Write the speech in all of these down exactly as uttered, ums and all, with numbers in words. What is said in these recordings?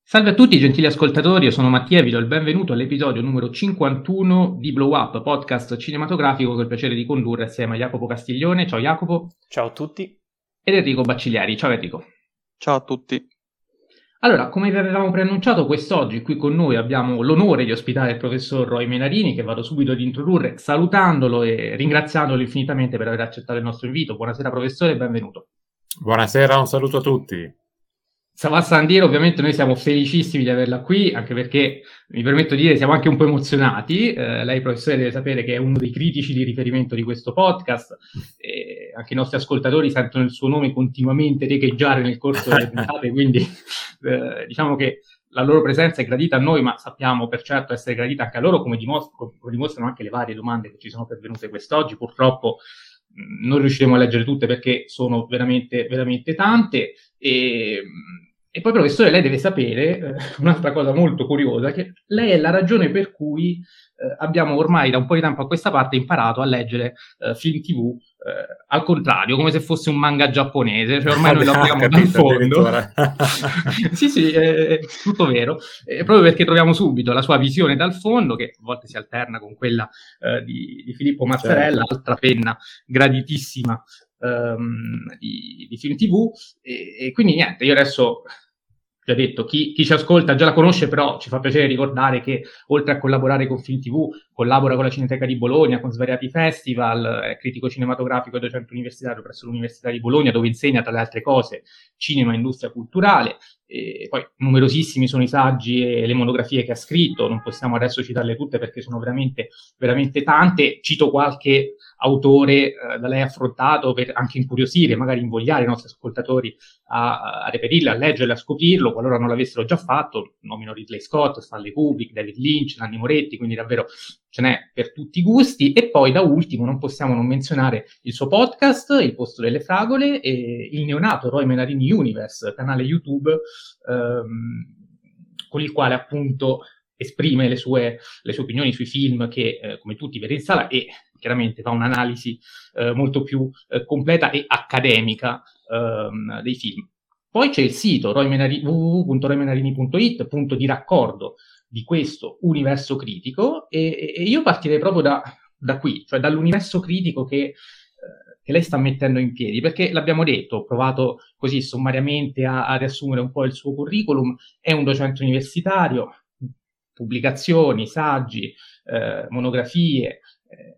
Salve a tutti gentili ascoltatori, io sono Mattia e vi do il benvenuto all'episodio numero cinquantuno di Blow Up, podcast cinematografico che ho il piacere di condurre assieme a Jacopo Castiglione. Ciao Jacopo. Ciao a tutti. Ed Enrico Baccigliari. Ciao Enrico. Ciao a tutti. Allora, come vi avevamo preannunciato, quest'oggi qui con noi abbiamo l'onore di ospitare il professor Roy Menarini, che vado subito ad introdurre salutandolo e ringraziandolo infinitamente per aver accettato il nostro invito. Buonasera professore e benvenuto. Buonasera, un saluto a tutti. Sava Sandiero, ovviamente noi siamo felicissimi di averla qui, anche perché, mi permetto di dire, siamo anche un po' emozionati. Eh, lei, professore, deve sapere che è uno dei critici di riferimento di questo podcast. E anche i nostri ascoltatori sentono il suo nome continuamente riecheggiare nel corso delle puntate, quindi eh, diciamo che la loro presenza è gradita a noi, ma sappiamo per certo essere gradita anche a loro, come, dimostr- come dimostrano anche le varie domande che ci sono pervenute quest'oggi. Purtroppo mh, non riusciremo a leggere tutte perché sono veramente, veramente tante. E... E poi, professore, lei deve sapere eh, un'altra cosa molto curiosa, che lei è la ragione per cui eh, abbiamo ormai da un po' di tempo a questa parte imparato a leggere eh, film tivù eh, al contrario, come se fosse un manga giapponese, cioè ormai noi lo abbiamo dal fondo. Sì, sì, è, è tutto vero, è proprio perché troviamo subito la sua visione dal fondo, che a volte si alterna con quella eh, di, di Filippo Mazzarella, certo. Altra penna graditissima Um, di, di film tivù e, e quindi niente, io adesso già detto, chi, chi ci ascolta già la conosce, però ci fa piacere ricordare che oltre a collaborare con Film tivù collabora con la Cineteca di Bologna, con svariati festival, è critico cinematografico e docente universitario presso l'Università di Bologna, dove insegna tra le altre cose cinema e industria culturale. E poi numerosissimi sono i saggi e le monografie che ha scritto, non possiamo adesso citarle tutte perché sono veramente, veramente tante. Cito qualche autore eh, da lei affrontato per anche incuriosire, magari invogliare i nostri ascoltatori a, a reperirle, a leggerle, a scoprirlo, qualora non l'avessero già fatto. Nomino Ridley Scott, Stanley Kubrick, David Lynch, Nanni Moretti, quindi davvero ce n'è per tutti i gusti. E poi da ultimo non possiamo non menzionare il suo podcast, Il posto delle fragole, e il neonato Roy Menarini Universe, canale YouTube ehm, con il quale appunto esprime le sue, le sue opinioni sui film che, eh, come tutti, vede in sala e chiaramente fa un'analisi eh, molto più eh, completa e accademica ehm, dei film. Poi c'è il sito w w w punto roy menarini punto i t, punto di raccordo di questo universo critico, e, e io partirei proprio da, da qui, cioè dall'universo critico che, eh, che lei sta mettendo in piedi, perché l'abbiamo detto, ho provato così sommariamente a, a riassumere un po' il suo curriculum. È un docente universitario, pubblicazioni, saggi, eh, monografie, eh,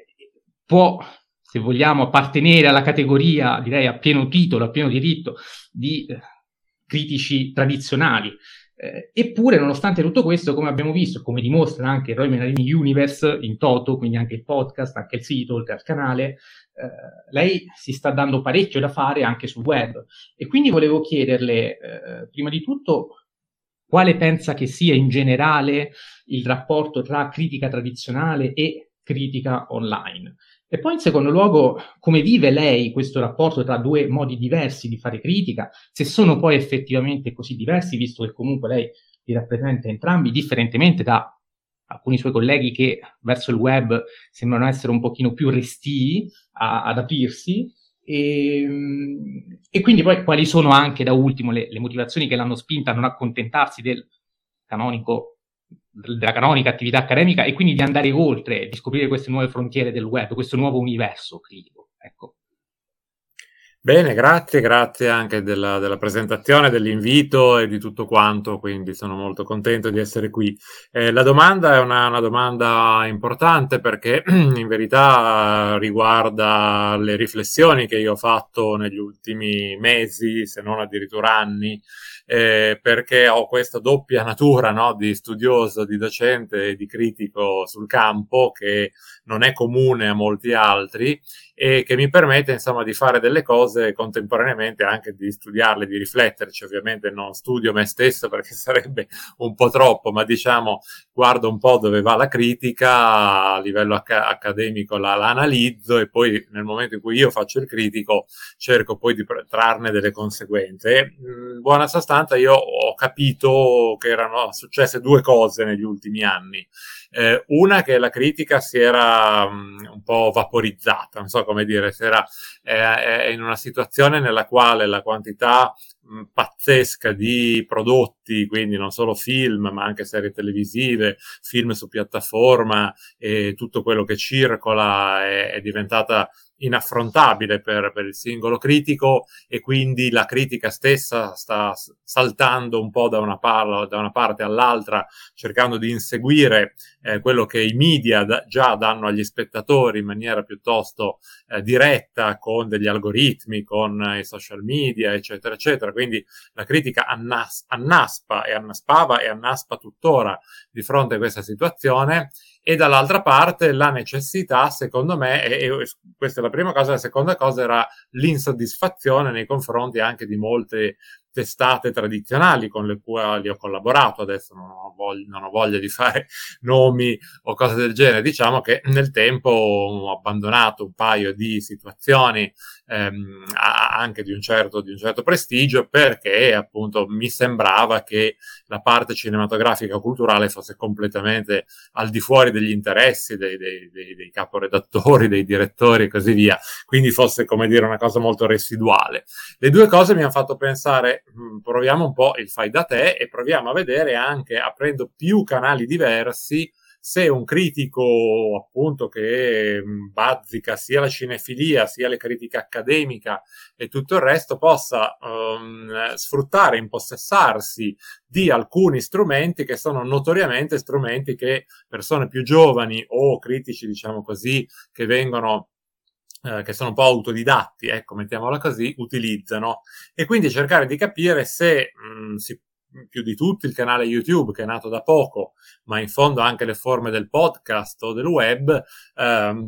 può, se vogliamo, appartenere alla categoria, direi a pieno titolo, a pieno diritto, di eh, critici tradizionali. Eh, eppure, nonostante tutto questo, come abbiamo visto, come dimostra anche Roy Menarini Universe in toto, quindi anche il podcast, anche il sito, oltre al canale, eh, lei si sta dando parecchio da fare anche sul web. E quindi volevo chiederle, eh, prima di tutto, quale pensa che sia in generale il rapporto tra critica tradizionale e critica online? E poi in secondo luogo, come vive lei questo rapporto tra due modi diversi di fare critica, se sono poi effettivamente così diversi, visto che comunque lei li rappresenta entrambi, differentemente da alcuni suoi colleghi che verso il web sembrano essere un pochino più restii a, ad aprirsi. E, e quindi poi quali sono anche da ultimo le, le motivazioni che l'hanno spinta a non accontentarsi del canonico della canonica attività accademica e quindi di andare oltre, di scoprire queste nuove frontiere del web, questo nuovo universo critico. Ecco. Bene, grazie, grazie anche della, della presentazione, dell'invito e di tutto quanto, quindi sono molto contento di essere qui. Eh, la domanda è una, una domanda importante perché in verità riguarda le riflessioni che io ho fatto negli ultimi mesi, se non addirittura anni, eh, perché ho questa doppia natura, no, di studioso, di docente e di critico sul campo che non è comune a molti altri e che mi permette insomma di fare delle cose contemporaneamente, anche di studiarle, di rifletterci. Ovviamente non studio me stesso perché sarebbe un po' troppo, ma diciamo guardo un po' dove va la critica a livello acc- accademico, la, la analizzo e poi nel momento in cui io faccio il critico cerco poi di pr- trarne delle conseguenze. E, in buona sostanza io ho capito che erano successe due cose negli ultimi anni. Eh, una che la critica si era um, un po' vaporizzata, non so come dire, si era eh, in una situazione nella quale la quantità mh, pazzesca di prodotti, quindi non solo film, ma anche serie televisive, film su piattaforma, e tutto quello che circola è, è diventata inaffrontabile per, per il singolo critico, e quindi la critica stessa sta saltando un po' da una, par- da una parte all'altra, cercando di inseguire eh, quello che i media da- già danno agli spettatori in maniera piuttosto eh, diretta, con degli algoritmi, con eh, i social media, eccetera, eccetera. Quindi la critica annas- annaspa e annaspava e annaspa tuttora di fronte a questa situazione. E dall'altra parte la necessità, secondo me, e, e questa è la prima cosa, la seconda cosa era l'insoddisfazione nei confronti anche di molte testate tradizionali con le quali ho collaborato. Adesso non ho voglia, non ho voglia di fare nomi o cose del genere. Diciamo che nel tempo ho abbandonato un paio di situazioni ehm, anche di un certo, di un certo prestigio, perché appunto mi sembrava che la parte cinematografica o culturale fosse completamente al di fuori degli interessi dei, dei, dei, dei caporedattori, dei direttori e così via, quindi fosse, come dire, una cosa molto residuale. Le due cose mi hanno fatto pensare, mh, proviamo un po' il fai da te e proviamo a vedere anche, aprendo più canali diversi, se un critico appunto che mh, bazzica sia la cinefilia sia la critica accademica e tutto il resto possa um, sfruttare, impossessarsi di alcuni strumenti che sono notoriamente strumenti che persone più giovani o critici, diciamo così, che vengono eh, che sono un po' autodidatti, ecco, mettiamola così, utilizzano, e quindi cercare di capire se mh, si più di tutti il canale YouTube, che è nato da poco, ma in fondo anche le forme del podcast o del web ehm,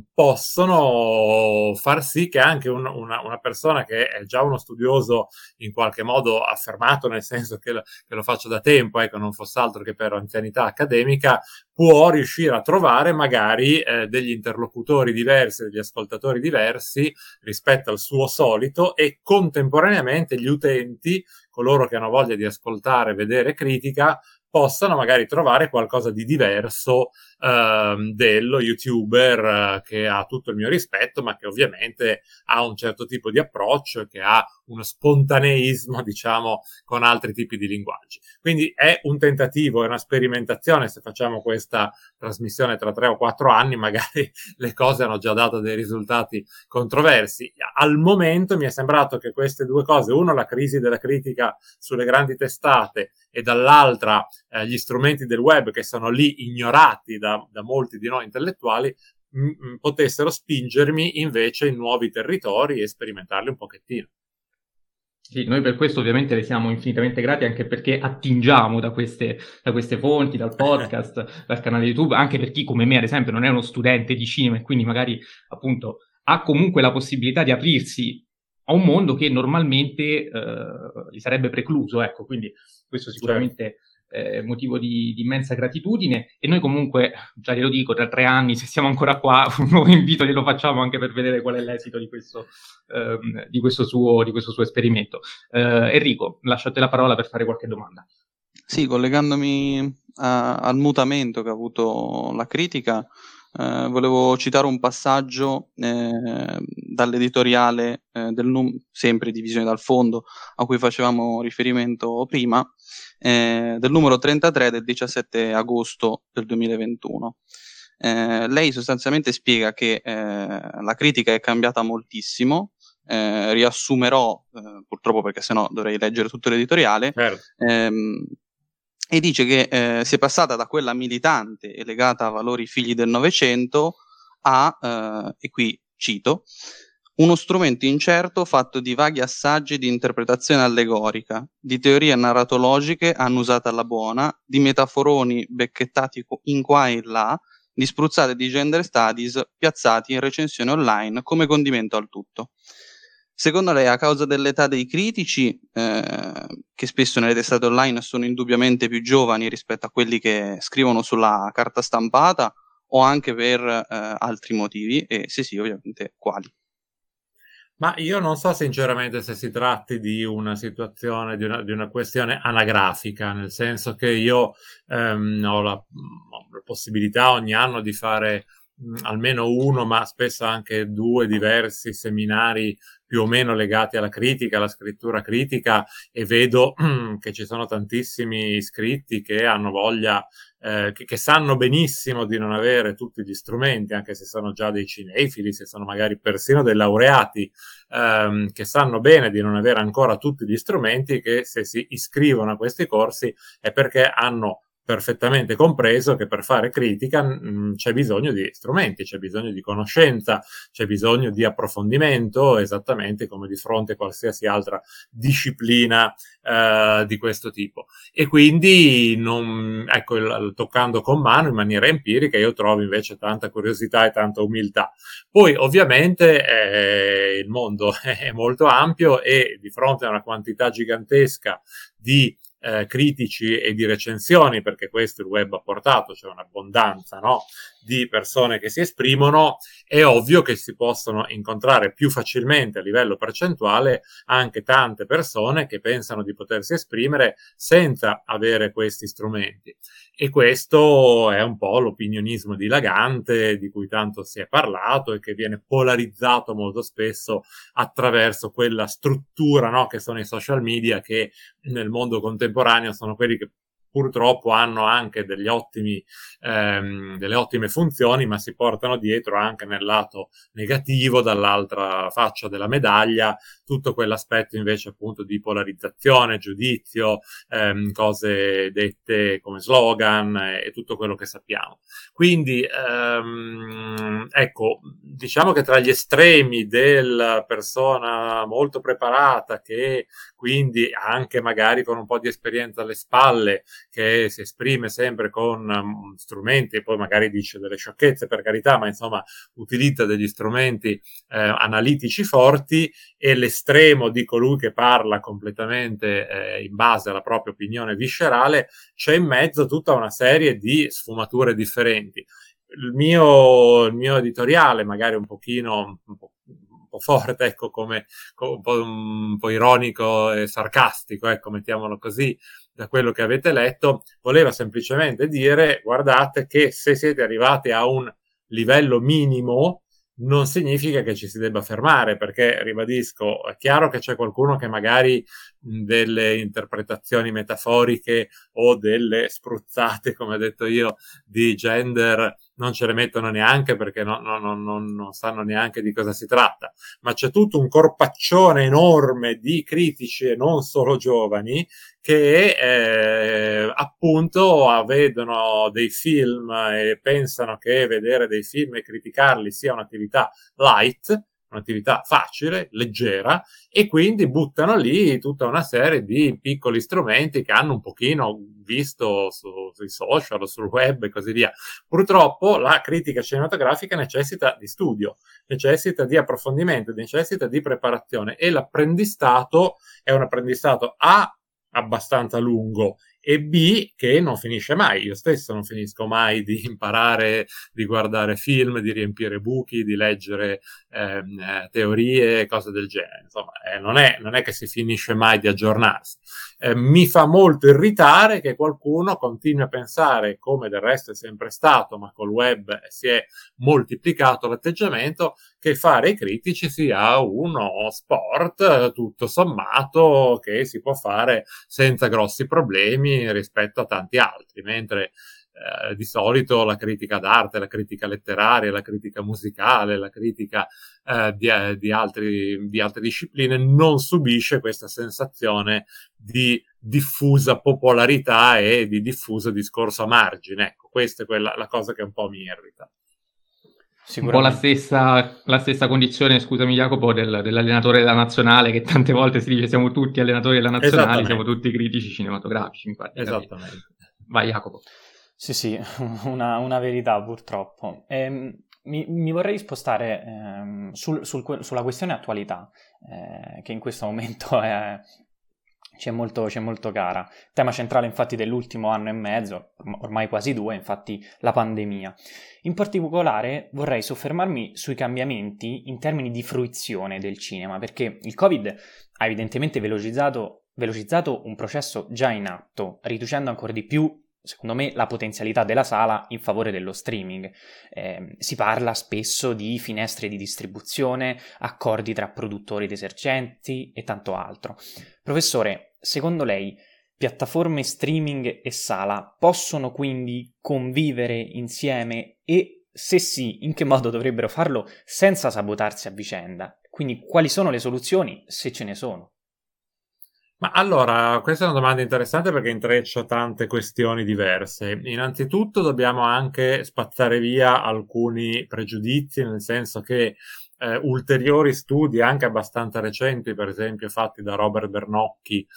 possono far sì che anche un, una, una persona che è già uno studioso in qualche modo affermato, nel senso che lo, che lo faccio da tempo, ecco, non fosse altro che per anzianità accademica, può riuscire a trovare magari eh, degli interlocutori diversi, degli ascoltatori diversi rispetto al suo solito, e contemporaneamente gli utenti, coloro che hanno voglia di ascoltare, vedere critica, possano magari trovare qualcosa di diverso ehm, dello youtuber eh, che ha tutto il mio rispetto, ma che ovviamente ha un certo tipo di approccio, che ha uno spontaneismo, diciamo, con altri tipi di linguaggi. Quindi è un tentativo, è una sperimentazione. Se facciamo questa trasmissione tra tre o quattro anni, magari le cose hanno già dato dei risultati controversi. Al momento mi è sembrato che queste due cose, uno la crisi della critica sulle grandi testate e dall'altra eh, gli strumenti del web che sono lì ignorati da, da molti di noi intellettuali, m- potessero spingermi invece in nuovi territori e sperimentarli un pochettino. Sì, noi per questo ovviamente le siamo infinitamente grati, anche perché attingiamo da queste, da queste fonti, dal podcast, dal canale YouTube, anche per chi come me ad esempio non è uno studente di cinema e quindi magari appunto ha comunque la possibilità di aprirsi a un mondo che normalmente eh, gli sarebbe precluso, ecco, quindi questo sicuramente certo. È motivo di, di immensa gratitudine. E noi comunque, già glielo dico, tra tre anni, se siamo ancora qua, un nuovo invito glielo facciamo anche per vedere qual è l'esito di questo, ehm, di questo, suo, di questo suo esperimento. Eh, Enrico, lasciate la parola per fare qualche domanda. Sì, collegandomi a, al mutamento che ha avuto la critica, eh, volevo citare un passaggio eh, dall'editoriale eh, del num- sempre Divisione dal fondo, a cui facevamo riferimento prima, eh, del numero trentatré del diciassette agosto del duemilaventuno. Eh, lei sostanzialmente spiega che eh, la critica è cambiata moltissimo. Eh, riassumerò, eh, purtroppo perché sennò dovrei leggere tutto l'editoriale, certo. ehm, e dice che eh, si è passata da quella militante e legata a valori figli del Novecento a, eh, e qui cito, uno strumento incerto fatto di vaghi assaggi di interpretazione allegorica, di teorie narratologiche annusate alla buona, di metaforoni becchettati in qua e in là, di spruzzate di gender studies piazzati in recensione online come condimento al tutto. Secondo lei, a causa dell'età dei critici, eh, che spesso nelle testate online sono indubbiamente più giovani rispetto a quelli che scrivono sulla carta stampata, o anche per eh, altri motivi, e se sì, ovviamente, quali? Ma io non so sinceramente se si tratti di una situazione, di una, di una questione anagrafica, nel senso che io ehm, ho, la, ho la possibilità ogni anno di fare mh, almeno uno, ma spesso anche due diversi seminari più o meno legati alla critica, alla scrittura critica, e vedo che ci sono tantissimi iscritti che hanno voglia, eh, che, che sanno benissimo di non avere tutti gli strumenti, anche se sono già dei cinefili, se sono magari persino dei laureati, ehm, che sanno bene di non avere ancora tutti gli strumenti, che se si iscrivono a questi corsi è perché hanno perfettamente compreso che per fare critica mh, c'è bisogno di strumenti, c'è bisogno di conoscenza, c'è bisogno di approfondimento, esattamente come di fronte a qualsiasi altra disciplina eh, di questo tipo. E quindi, non, ecco, il, toccando con mano in maniera empirica, io trovo invece tanta curiosità e tanta umiltà. Poi, ovviamente, eh, il mondo è molto ampio e di fronte a una quantità gigantesca di Eh, critici e di recensioni, perché questo il web ha portato, c'è cioè un'abbondanza, no, di persone che si esprimono, è ovvio che si possono incontrare più facilmente a livello percentuale anche tante persone che pensano di potersi esprimere senza avere questi strumenti. E questo è un po' l'opinionismo dilagante di cui tanto si è parlato e che viene polarizzato molto spesso attraverso quella struttura, no, che sono i social media, che nel mondo contemporaneo sono quelli che purtroppo hanno anche degli ottimi, ehm, delle ottime funzioni, ma si portano dietro anche nel lato negativo, dall'altra faccia della medaglia, tutto quell'aspetto invece appunto di polarizzazione, giudizio, ehm, cose dette come slogan e, e tutto quello che sappiamo. Quindi, ehm, ecco, diciamo che tra gli estremi della persona molto preparata, che quindi anche magari con un po' di esperienza alle spalle, che si esprime sempre con um, strumenti, e poi magari dice delle sciocchezze, per carità, ma insomma utilizza degli strumenti eh, analitici forti, e l'estremo di colui che parla completamente eh, in base alla propria opinione viscerale, c'è in mezzo tutta una serie di sfumature differenti. Il mio, il mio editoriale, magari un pochino un po', un po' forte, ecco, come, come un, po', un po' ironico e sarcastico, ecco, mettiamolo così, da quello che avete letto, voleva semplicemente dire: guardate che se siete arrivati a un livello minimo non significa che ci si debba fermare, perché, ribadisco, è chiaro che c'è qualcuno che magari delle interpretazioni metaforiche o delle spruzzate, come ho detto io, di gender non ce le mettono neanche, perché no, no, no, no, non sanno neanche di cosa si tratta, ma c'è tutto un corpaccione enorme di critici, e non solo giovani, che eh, appunto vedono dei film e pensano che vedere dei film e criticarli sia un'attività light, un'attività facile, leggera, e quindi buttano lì tutta una serie di piccoli strumenti che hanno un pochino visto su, sui social o sul web e così via. Purtroppo la critica cinematografica necessita di studio, necessita di approfondimento, necessita di preparazione, e l'apprendistato è un apprendistato A abbastanza lungo e B che non finisce mai. Io stesso non finisco mai di imparare, di guardare film, di riempire buchi, di leggere ehm, eh, teorie, cose del genere. Insomma, eh, non è, non è che si finisce mai di aggiornarsi. Eh, mi fa molto irritare che qualcuno continui a pensare, come del resto è sempre stato, ma col web si è moltiplicato l'atteggiamento, che fare i critici sia uno sport tutto sommato che si può fare senza grossi problemi rispetto a tanti altri, mentre eh, di solito la critica d'arte, la critica letteraria, la critica musicale, la critica eh, di, eh, di, altri, di altre discipline non subisce questa sensazione di diffusa popolarità e di diffuso discorso a margine. Ecco, questa è quella, la cosa che un po' mi irrita. Un po' la stessa, la stessa condizione, scusami Jacopo, del, dell'allenatore della nazionale, che tante volte si dice siamo tutti allenatori della nazionale, siamo tutti critici cinematografici. Infatti, esattamente. Capito? Vai Jacopo. Sì, sì, una, una verità purtroppo. Ehm, mi, mi vorrei spostare ehm, sul, sul, sulla questione attualità, eh, che in questo momento è... C'è molto, c'è molto cara. Tema centrale infatti dell'ultimo anno e mezzo, ormai quasi due, infatti la pandemia. In particolare vorrei soffermarmi sui cambiamenti in termini di fruizione del cinema, perché il Covid ha evidentemente velocizzato, velocizzato un processo già in atto, riducendo ancora di più secondo me, la potenzialità della sala in favore dello streaming. Eh, si parla spesso di finestre di distribuzione, accordi tra produttori ed esercenti e tanto altro. Professore, secondo lei piattaforme streaming e sala possono quindi convivere insieme e, se sì, in che modo dovrebbero farlo senza sabotarsi a vicenda? Quindi quali sono le soluzioni, se ce ne sono? Ma allora, questa è una domanda interessante perché intreccia tante questioni diverse. Innanzitutto dobbiamo anche spazzare via alcuni pregiudizi, nel senso che eh, ulteriori studi, anche abbastanza recenti, per esempio fatti da Robert Bernocchi,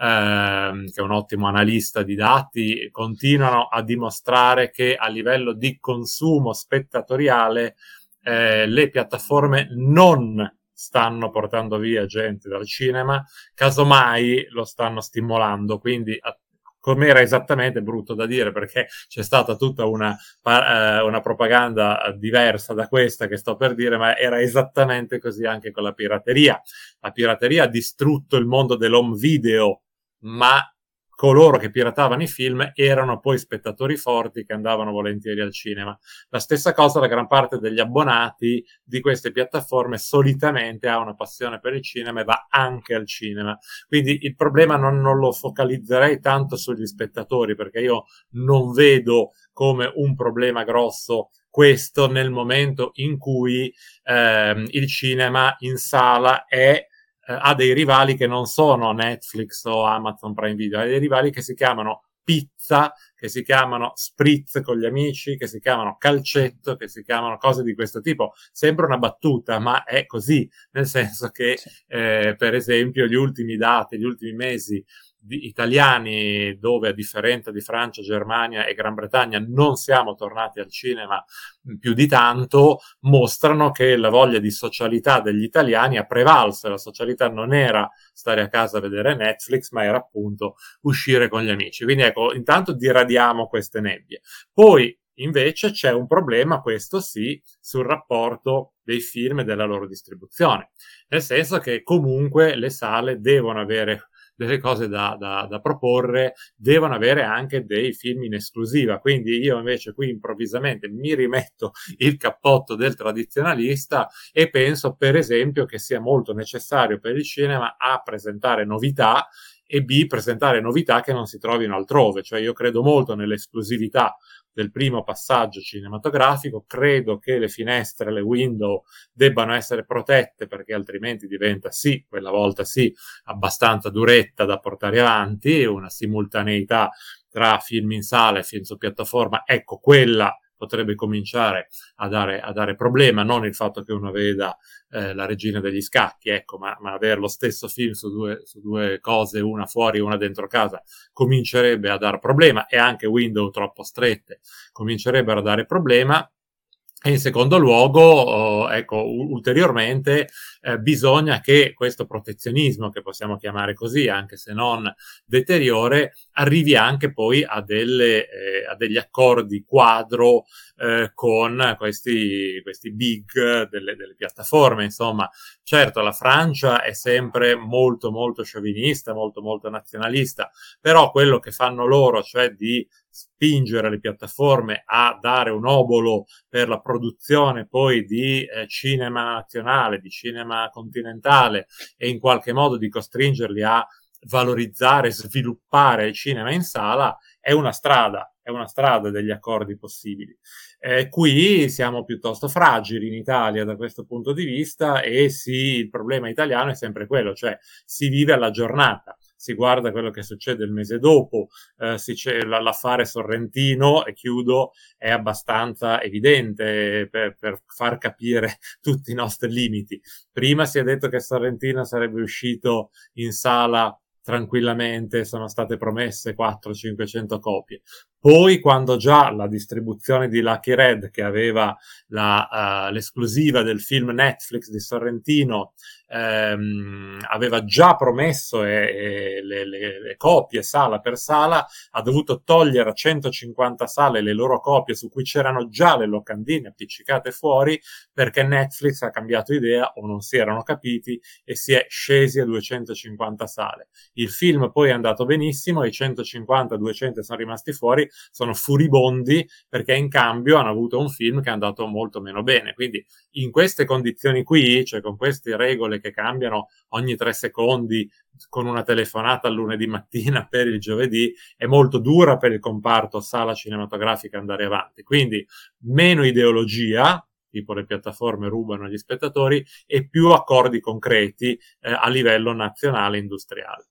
ehm, che è un ottimo analista di dati, continuano a dimostrare che a livello di consumo spettatoriale eh, le piattaforme non stanno portando via gente dal cinema, casomai lo stanno stimolando, quindi com'era esattamente, brutto da dire perché c'è stata tutta una, eh, una propaganda diversa da questa che sto per dire, ma era esattamente così anche con la pirateria. La pirateria ha distrutto il mondo dell'home video, ma coloro che piratavano i film erano poi spettatori forti che andavano volentieri al cinema. La stessa cosa, la gran parte degli abbonati di queste piattaforme solitamente ha una passione per il cinema e va anche al cinema. Quindi il problema non, non lo focalizzerei tanto sugli spettatori, perché io non vedo come un problema grosso questo nel momento in cui ehm, il cinema in sala è ha dei rivali che non sono Netflix o Amazon Prime Video, ha dei rivali che si chiamano pizza, che si chiamano spritz con gli amici, che si chiamano calcetto, che si chiamano cose di questo tipo. Sembra una battuta, ma è così, nel senso che, sì. eh, per esempio, gli ultimi dati, gli ultimi mesi di italiani, dove a differenza di Francia, Germania e Gran Bretagna non siamo tornati al cinema più di tanto, mostrano che la voglia di socialità degli italiani ha prevalso. La socialità non era stare a casa a vedere Netflix, ma era appunto uscire con gli amici. Quindi ecco, intanto diradiamo queste nebbie. Poi invece c'è un problema, questo sì, sul rapporto dei film e della loro distribuzione, nel senso che comunque le sale devono avere delle cose da, da, da proporre, devono avere anche dei film in esclusiva. Quindi io invece qui improvvisamente mi rimetto il cappotto del tradizionalista e penso per esempio che sia molto necessario per il cinema A presentare novità e B presentare novità che non si trovino altrove. Cioè io credo molto nell'esclusività del primo passaggio cinematografico, credo che le finestre, le window debbano essere protette, perché altrimenti diventa sì, quella volta sì, abbastanza duretta da portare avanti, una simultaneità tra film in sala e film su piattaforma, ecco, quella potrebbe cominciare a dare, a dare problema, non il fatto che uno veda eh, La Regina degli Scacchi, ecco, ma, ma avere lo stesso film su due, su due cose, una fuori e una dentro casa, comincerebbe a dar problema, e anche window troppo strette comincerebbero a dare problema. E in secondo luogo, oh, ecco, ulteriormente eh, bisogna che questo protezionismo, che possiamo chiamare così, anche se non deteriore, arrivi anche poi a, delle, eh, a degli accordi quadro eh, con questi, questi big delle, delle piattaforme. Insomma, certo, la Francia è sempre molto molto sciovinista, molto molto nazionalista, però quello che fanno loro, cioè di spingere le piattaforme a dare un obolo per la produzione poi di eh, cinema nazionale, di cinema continentale, e in qualche modo di costringerli a valorizzare, sviluppare il cinema in sala, è una strada, è una strada degli accordi possibili. Eh, qui siamo piuttosto fragili in Italia da questo punto di vista, e sì, il problema italiano è sempre quello, cioè si vive alla giornata. Si guarda quello che succede il mese dopo, eh, si c'è l'affare Sorrentino, e chiudo, è abbastanza evidente per, per far capire tutti i nostri limiti. Prima si è detto che Sorrentino sarebbe uscito in sala tranquillamente, sono state promesse quattrocento cinquecento copie. Poi, quando già la distribuzione di Lucky Red, che aveva la, uh, l'esclusiva del film Netflix di Sorrentino, ehm, aveva già promesso e, e le, le, le copie sala per sala, ha dovuto togliere a centocinquanta sale le loro copie su cui c'erano già le locandine appiccicate fuori, perché Netflix ha cambiato idea o non si erano capiti e si è scesi a duecentocinquanta sale. Il film poi è andato benissimo, i centocinquanta duecento sono rimasti fuori, sono furibondi perché in cambio hanno avuto un film che è andato molto meno bene. Quindi in queste condizioni qui, cioè con queste regole che cambiano ogni tre secondi, con una telefonata al lunedì mattina per il giovedì, è molto dura per il comparto sala cinematografica andare avanti. Quindi meno ideologia, tipo le piattaforme rubano gli spettatori, e più accordi concreti eh, a livello nazionale e industriale.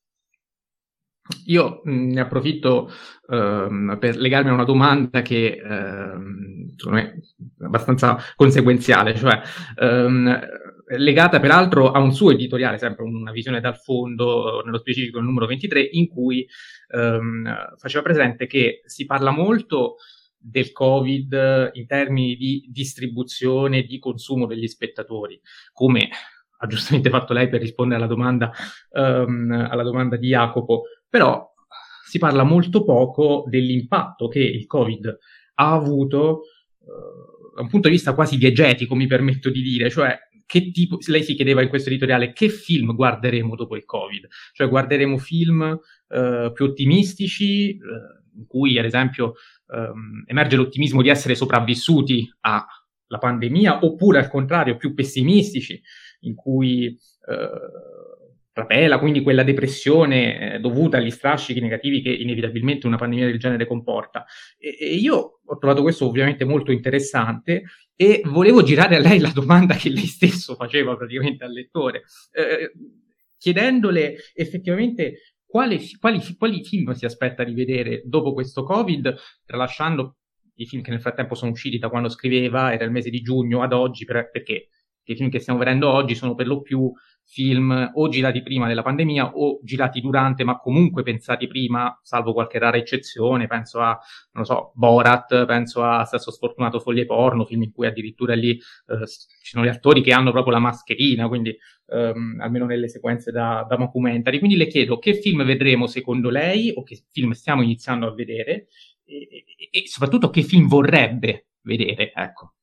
Io mh, ne approfitto ehm, per legarmi a una domanda che ehm, secondo me è abbastanza conseguenziale, cioè ehm, legata peraltro a un suo editoriale, sempre una visione dal fondo, nello specifico il numero ventitré, in cui ehm, faceva presente che si parla molto del Covid in termini di distribuzione e di consumo degli spettatori, come ha giustamente fatto lei per rispondere alla domanda, um, alla domanda di Jacopo, però si parla molto poco dell'impatto che il Covid ha avuto uh, da un punto di vista quasi diegetico, mi permetto di dire, cioè che tipo, lei si chiedeva in questo editoriale, che film guarderemo dopo il Covid? Cioè guarderemo film uh, più ottimistici, uh, in cui ad esempio um, emerge l'ottimismo di essere sopravvissuti alla pandemia, oppure al contrario più pessimistici, in cui eh, trapela quindi quella depressione eh, dovuta agli strascichi negativi che inevitabilmente una pandemia del genere comporta. E, e io ho trovato questo ovviamente molto interessante e volevo girare a lei la domanda che lei stesso faceva praticamente al lettore, eh, chiedendole effettivamente quali, quali, quali film si aspetta di vedere dopo questo Covid, tralasciando i film che nel frattempo sono usciti da quando scriveva, era il mese di giugno, ad oggi, per, perché i film che stiamo vedendo oggi sono per lo più film o girati prima della pandemia o girati durante, ma comunque pensati prima, salvo qualche rara eccezione. Penso a, non lo so, Borat, penso a Sesso sfortunato, foglie porno, film in cui addirittura lì eh, ci sono gli attori che hanno proprio la mascherina, quindi ehm, almeno nelle sequenze da, da documentary. Quindi le chiedo, che film vedremo secondo lei, o che film stiamo iniziando a vedere, e, e, e soprattutto che film vorrebbe vedere, ecco.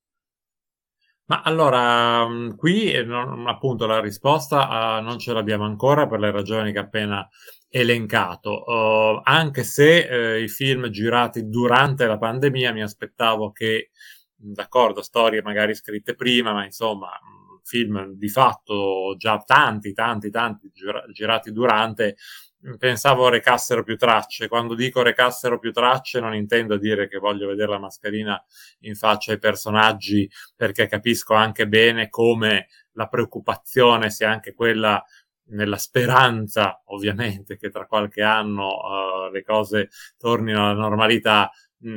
Ma allora, qui non, appunto la risposta uh, non ce l'abbiamo ancora per le ragioni che ho appena elencato, uh, anche se uh, i film girati durante la pandemia mi aspettavo che, d'accordo, storie magari scritte prima, ma insomma film di fatto già tanti, tanti, tanti gira- girati durante, pensavo recassero più tracce. Quando dico recassero più tracce non intendo dire che voglio vedere la mascherina in faccia ai personaggi, perché capisco anche bene come la preoccupazione sia anche quella, nella speranza ovviamente che tra qualche anno uh, le cose tornino alla normalità.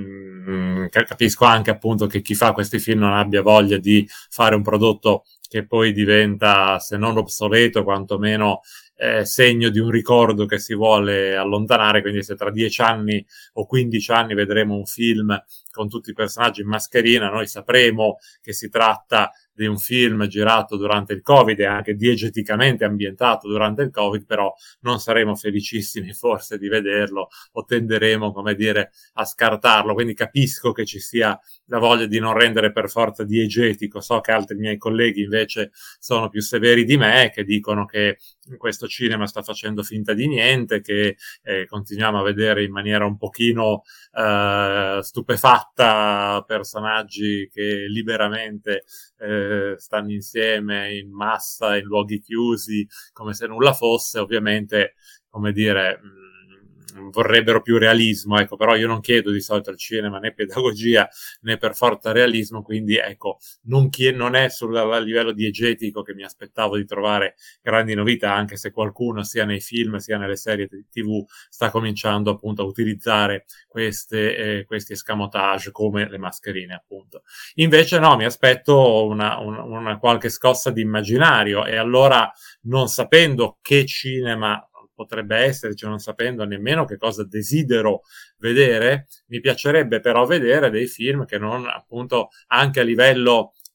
Mm, capisco anche appunto che chi fa questi film non abbia voglia di fare un prodotto che poi diventa, se non obsoleto, quantomeno eh, segno di un ricordo che si vuole allontanare. Quindi se tra dieci anni o quindici anni vedremo un film con tutti i personaggi in mascherina, noi sapremo che si tratta di un film girato durante il Covid e anche diegeticamente ambientato durante il Covid, però non saremo felicissimi forse di vederlo, o tenderemo, come dire, a scartarlo. Quindi capisco che ci sia la voglia di non rendere per forza diegetico. So che altri miei colleghi invece sono più severi di me, che dicono che questo cinema sta facendo finta di niente, che eh, continuiamo a vedere in maniera un pochino eh, stupefatta personaggi che liberamente eh, stanno insieme in massa in luoghi chiusi come se nulla fosse. Ovviamente, come dire, mh, vorrebbero più realismo, ecco, però io non chiedo di solito al cinema né pedagogia né per forza realismo, quindi ecco, non, chie- non è sul livello diegetico che mi aspettavo di trovare grandi novità, anche se qualcuno sia nei film sia nelle serie tivù sta cominciando appunto a utilizzare queste, eh, questi escamotage come le mascherine appunto. Invece no, mi aspetto una, una, una qualche scossa di immaginario, e allora, non sapendo che cinema potrebbe essere, cioè non sapendo nemmeno che cosa desidero vedere, mi piacerebbe però vedere dei film che non, appunto, anche a livello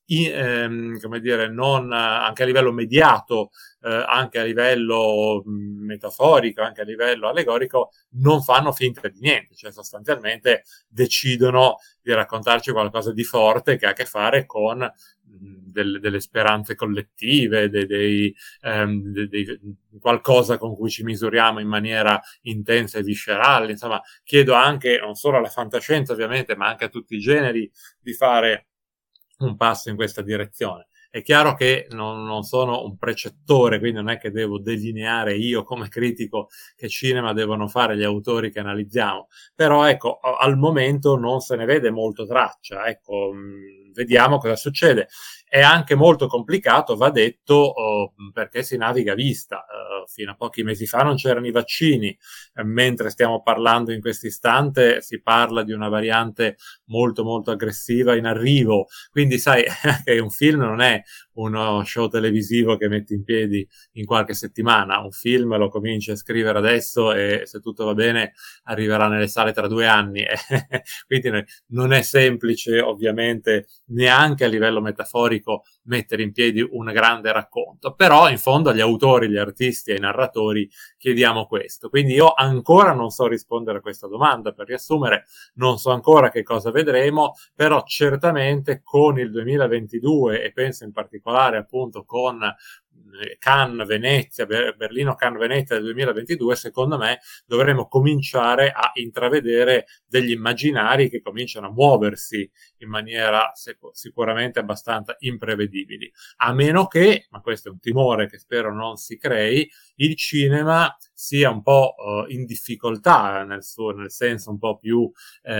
in, ehm, come dire, non anche a livello mediato, eh, anche a livello mh, metaforico, anche a livello allegorico, non fanno finta di niente, cioè sostanzialmente decidono di raccontarci qualcosa di forte che ha a che fare con mh, delle, delle speranze collettive, dei, dei, ehm, dei, dei, qualcosa con cui ci misuriamo in maniera intensa e viscerale. Insomma, chiedo anche, non solo alla fantascienza ovviamente, ma anche a tutti i generi, di fare un passo in questa direzione. È chiaro che non, non sono un precettore, quindi non è che devo delineare io come critico che cinema devono fare gli autori che analizziamo, però ecco, al momento non se ne vede molto traccia, ecco, mh, vediamo cosa succede. È anche molto complicato, va detto, oh, perché si naviga a vista. Uh, fino a pochi mesi fa non c'erano i vaccini, eh, mentre stiamo parlando in questo istante si parla di una variante molto molto aggressiva in arrivo, quindi sai che un film non è uno show televisivo che metti in piedi in qualche settimana, un film lo cominci a scrivere adesso e se tutto va bene arriverà nelle sale tra due anni, quindi non è semplice ovviamente neanche a livello metaforico mettere in piedi un grande racconto, però in fondo agli autori, agli artisti e ai narratori chiediamo questo, quindi io ancora non so rispondere a questa domanda, per riassumere non so ancora che cosa vedremo, però certamente con il duemilaventidue e penso in particolare appunto con Cannes, Venezia, Berlino, Cannes, Venezia del duemilaventidue, secondo me dovremo cominciare a intravedere degli immaginari che cominciano a muoversi in maniera sicur- sicuramente abbastanza imprevedibili, a meno che, ma questo è un timore che spero non si crei, il cinema sia un po' uh, in difficoltà nel suo, nel senso un po' più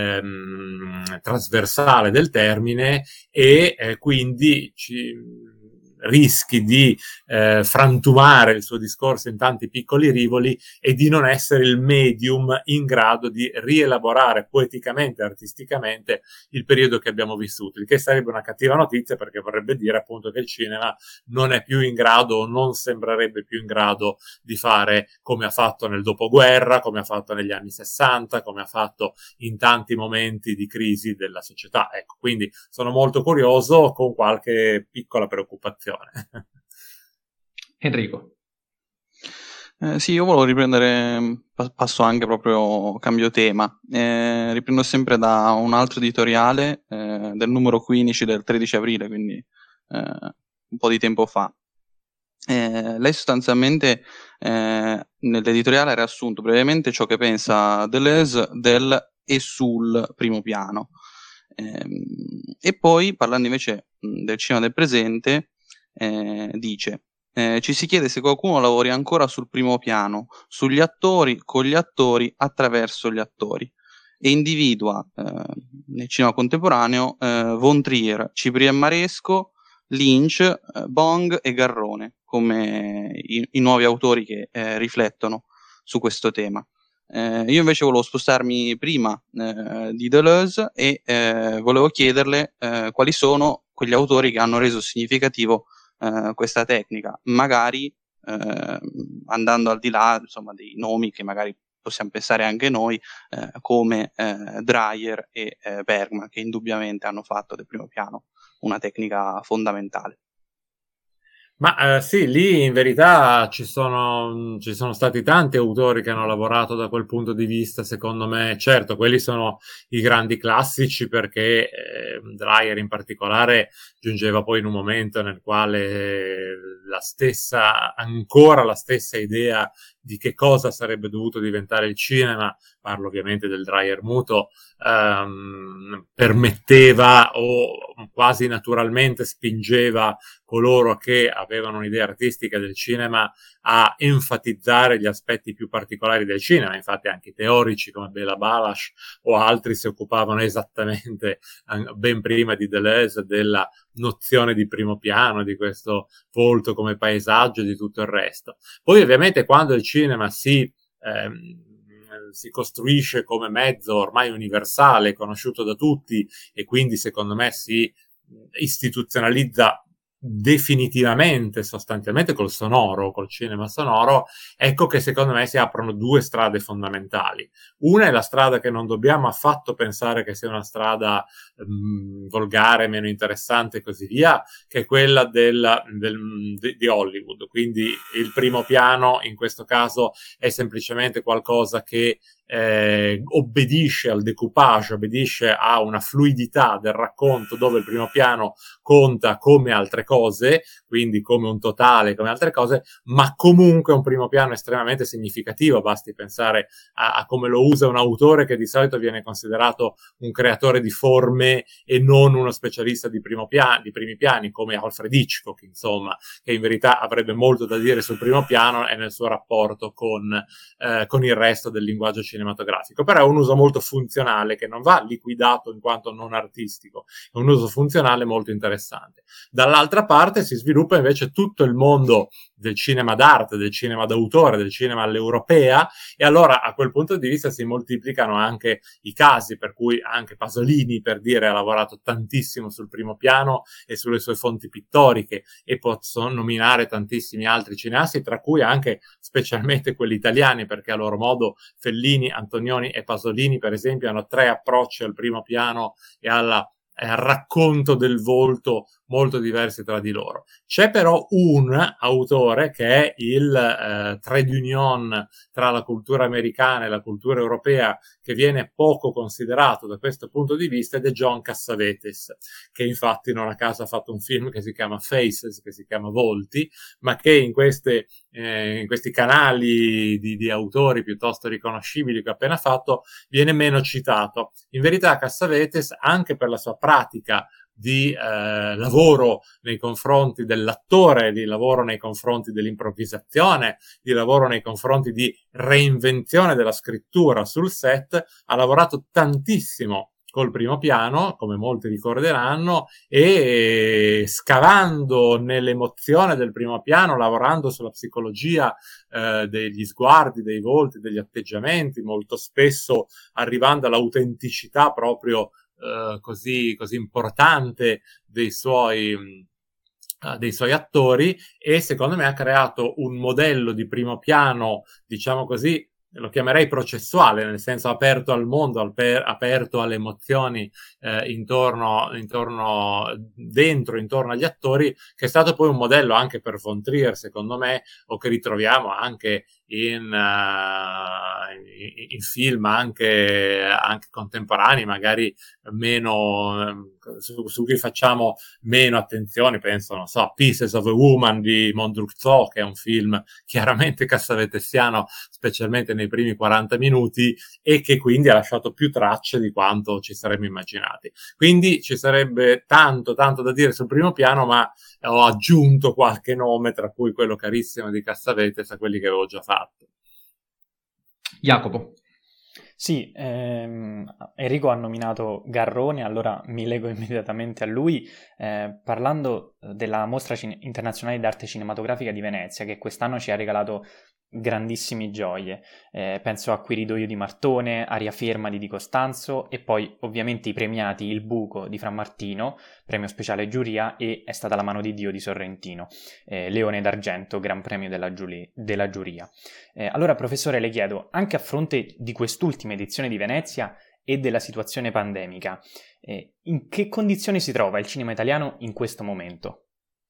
ehm, trasversale del termine e eh, quindi ci rischi di eh, frantumare il suo discorso in tanti piccoli rivoli e di non essere il medium in grado di rielaborare poeticamente, artisticamente il periodo che abbiamo vissuto, il che sarebbe una cattiva notizia perché vorrebbe dire appunto che il cinema non è più in grado o non sembrerebbe più in grado di fare come ha fatto nel dopoguerra, come ha fatto negli anni sessanta, come ha fatto in tanti momenti di crisi della società. Ecco, quindi sono molto curioso con qualche piccola preoccupazione. Enrico. Eh, sì, io volevo riprendere, passo anche proprio, cambio tema, eh, riprendo sempre da un altro editoriale eh, del numero quindici del tredici aprile, quindi eh, un po' di tempo fa. Eh, lei sostanzialmente eh, nell'editoriale ha riassunto brevemente ciò che pensa Deleuze del e sul primo piano. Eh, e poi, parlando invece mh, del cinema del presente, eh, dice eh, ci si chiede se qualcuno lavori ancora sul primo piano, sugli attori, con gli attori, attraverso gli attori, e individua eh, nel cinema contemporaneo eh, Von Trier, Ciprian Maresco, Lynch, eh, Bong e Garrone come i, i nuovi autori che eh, riflettono su questo tema. Eh, io invece volevo spostarmi prima eh, di Deleuze e eh, volevo chiederle eh, quali sono quegli autori che hanno reso significativo eh, questa tecnica, magari eh, andando al di là, insomma, dei nomi che magari possiamo pensare anche noi, eh, come eh, Dreyer e eh, Bergman, che indubbiamente hanno fatto del primo piano una tecnica fondamentale. Ma eh, sì, lì in verità ci sono, ci sono stati tanti autori che hanno lavorato da quel punto di vista, secondo me. Certo, quelli sono i grandi classici perché eh, Dreyer in particolare giungeva poi in un momento nel quale la stessa, ancora la stessa idea di che cosa sarebbe dovuto diventare il cinema, parlo ovviamente del Dreyer muto, ehm, permetteva o quasi naturalmente spingeva coloro che avevano un'idea artistica del cinema a enfatizzare gli aspetti più particolari del cinema. Infatti anche teorici come Béla Balázs o altri si occupavano esattamente, ben prima di Deleuze, della nozione di primo piano, di questo volto come paesaggio e di tutto il resto. Poi ovviamente quando il cinema si ehm, si costruisce come mezzo ormai universale, conosciuto da tutti, e quindi secondo me si istituzionalizza definitivamente, sostanzialmente col sonoro, col cinema sonoro, ecco che secondo me si aprono due strade fondamentali. Una è la strada che non dobbiamo affatto pensare che sia una strada mh, volgare, meno interessante e così via, che è quella del, del, di, di Hollywood. Quindi il primo piano in questo caso è semplicemente qualcosa che Eh, obbedisce al decoupage, obbedisce a una fluidità del racconto dove il primo piano conta come altre cose, quindi come un totale, come altre cose, ma comunque un primo piano estremamente significativo. Basti pensare a, a come lo usa un autore che di solito viene considerato un creatore di forme e non uno specialista di, primo piano, di primi piani, come Alfred Hitchcock, insomma, che in verità avrebbe molto da dire sul primo piano e nel suo rapporto con, eh, con il resto del linguaggio cinematografico. cinematografico, però è un uso molto funzionale che non va liquidato in quanto non artistico, è un uso funzionale molto interessante. Dall'altra parte si sviluppa invece tutto il mondo del cinema d'arte, del cinema d'autore, del cinema all'europea, e allora a quel punto di vista si moltiplicano anche i casi per cui anche Pasolini, per dire, ha lavorato tantissimo sul primo piano e sulle sue fonti pittoriche, e posso nominare tantissimi altri cineasti, tra cui anche specialmente quelli italiani, perché a loro modo Fellini, Antonioni e Pasolini, per esempio, hanno tre approcci al primo piano e alla, eh, al racconto del volto molto diversi tra di loro. C'è però un autore che è il eh, trade union tra la cultura americana e la cultura europea, che viene poco considerato da questo punto di vista, ed è John Cassavetes, che infatti non a caso ha fatto un film che si chiama Faces, che si chiama Volti, ma che in, queste, eh, in questi canali di, di autori piuttosto riconoscibili che ho appena fatto viene meno citato. In verità Cassavetes, anche per la sua pratica di eh, lavoro nei confronti dell'attore, di lavoro nei confronti dell'improvvisazione, di lavoro nei confronti di reinvenzione della scrittura sul set, ha lavorato tantissimo col primo piano, come molti ricorderanno, e scavando nell'emozione del primo piano, lavorando sulla psicologia eh, degli sguardi, dei volti, degli atteggiamenti, molto spesso arrivando all'autenticità proprio Uh, così, così importante dei suoi, uh, dei suoi attori, e secondo me ha creato un modello di primo piano, diciamo così, lo chiamerei processuale, nel senso aperto al mondo, al per, aperto alle emozioni eh, intorno, intorno, dentro, intorno agli attori, che è stato poi un modello anche per Von Trier, secondo me, o che ritroviamo anche in, uh, in, in film anche, anche contemporanei, magari meno, su, su cui facciamo meno attenzione. Penso, non so, Pieces of a Woman di Mondrukzo, che è un film chiaramente cassavetesiano, specialmente nei primi quaranta minuti, e che quindi ha lasciato più tracce di quanto ci saremmo immaginati. Quindi ci sarebbe tanto, tanto da dire sul primo piano, ma ho aggiunto qualche nome, tra cui quello carissimo di Cassavetes, a quelli che avevo già fatto. Jacopo. Sì, ehm, Enrico ha nominato Garrone, allora mi lego immediatamente a lui, eh, parlando della Mostra Cine- Internazionale d'Arte Cinematografica di Venezia, che quest'anno ci ha regalato grandissime gioie. Eh, penso a Quiridoio di Martone, Aria Ferma di Di Costanzo, e poi ovviamente i premiati Il Buco di Frammartino, premio speciale giuria, e È stata la mano di Dio di Sorrentino, eh, Leone d'Argento, gran premio della, giuri- della giuria. Eh, allora, professore, le chiedo, anche a fronte di quest'ultima edizione di Venezia e della situazione pandemica, eh, in che condizioni si trova il cinema italiano in questo momento?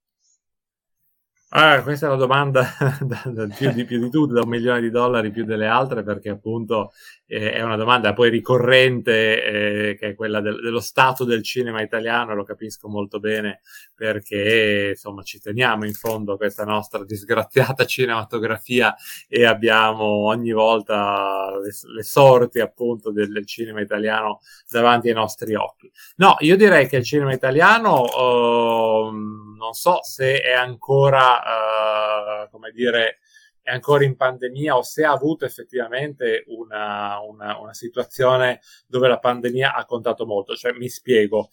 Ah, questa è una domanda da, da più, di, più di tutto, da un milione di dollari più delle altre, perché appunto eh, è una domanda poi ricorrente, eh, che è quella del, dello stato del cinema italiano, e lo capisco molto bene, perché insomma ci teniamo in fondo a questa nostra disgraziata cinematografia, e abbiamo ogni volta le, le sorti appunto del, del cinema italiano davanti ai nostri occhi. No, io direi che il cinema italiano oh, non so se è ancora Uh, come dire, è ancora in pandemia o se ha avuto effettivamente una, una, una situazione dove la pandemia ha contato molto. Cioè, mi spiego,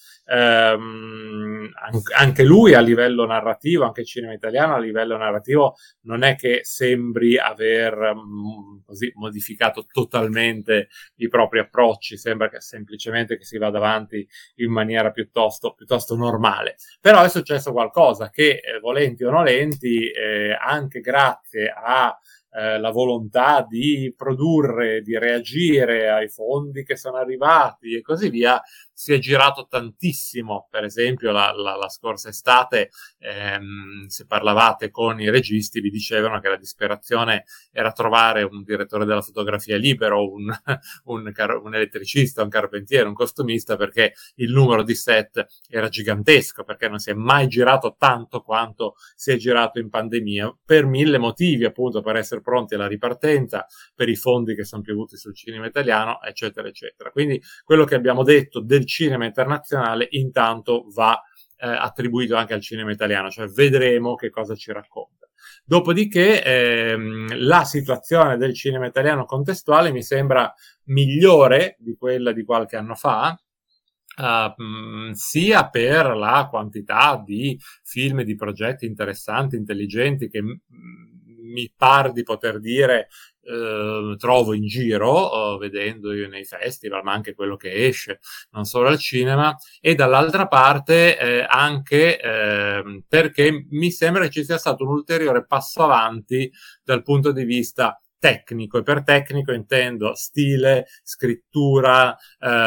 ehm, anche lui a livello narrativo, anche il cinema italiano a livello narrativo non è che sembri aver mh, così modificato totalmente i propri approcci, sembra che semplicemente che si vada avanti in maniera piuttosto, piuttosto normale. Però è successo qualcosa che, eh, volenti o nolenti, eh, anche grazie a eh, la volontà di produrre, di reagire ai fondi che sono arrivati e così via, si è girato tantissimo. Per esempio la, la, la scorsa estate, ehm, se parlavate con i registi, vi dicevano che la disperazione era trovare un direttore della fotografia libero, un, un, car- un elettricista, un carpentiere, un costumista, perché il numero di set era gigantesco, perché non si è mai girato tanto quanto si è girato in pandemia, per mille motivi, appunto, per essere pronti alla ripartenza, per i fondi che sono piovuti sul cinema italiano, eccetera, eccetera. Quindi quello che abbiamo detto del cinema internazionale intanto va eh, attribuito anche al cinema italiano, cioè vedremo che cosa ci racconta. Dopodiché ehm, la situazione del cinema italiano contestuale mi sembra migliore di quella di qualche anno fa, Uh, mh, sia per la quantità di film e di progetti interessanti, intelligenti, che m- mi par di poter dire uh, trovo in giro, uh, vedendo io nei festival, ma anche quello che esce, non solo al cinema, e dall'altra parte eh, anche eh, perché mi sembra che ci sia stato un ulteriore passo avanti dal punto di vista tecnico, e per tecnico intendo stile, scrittura,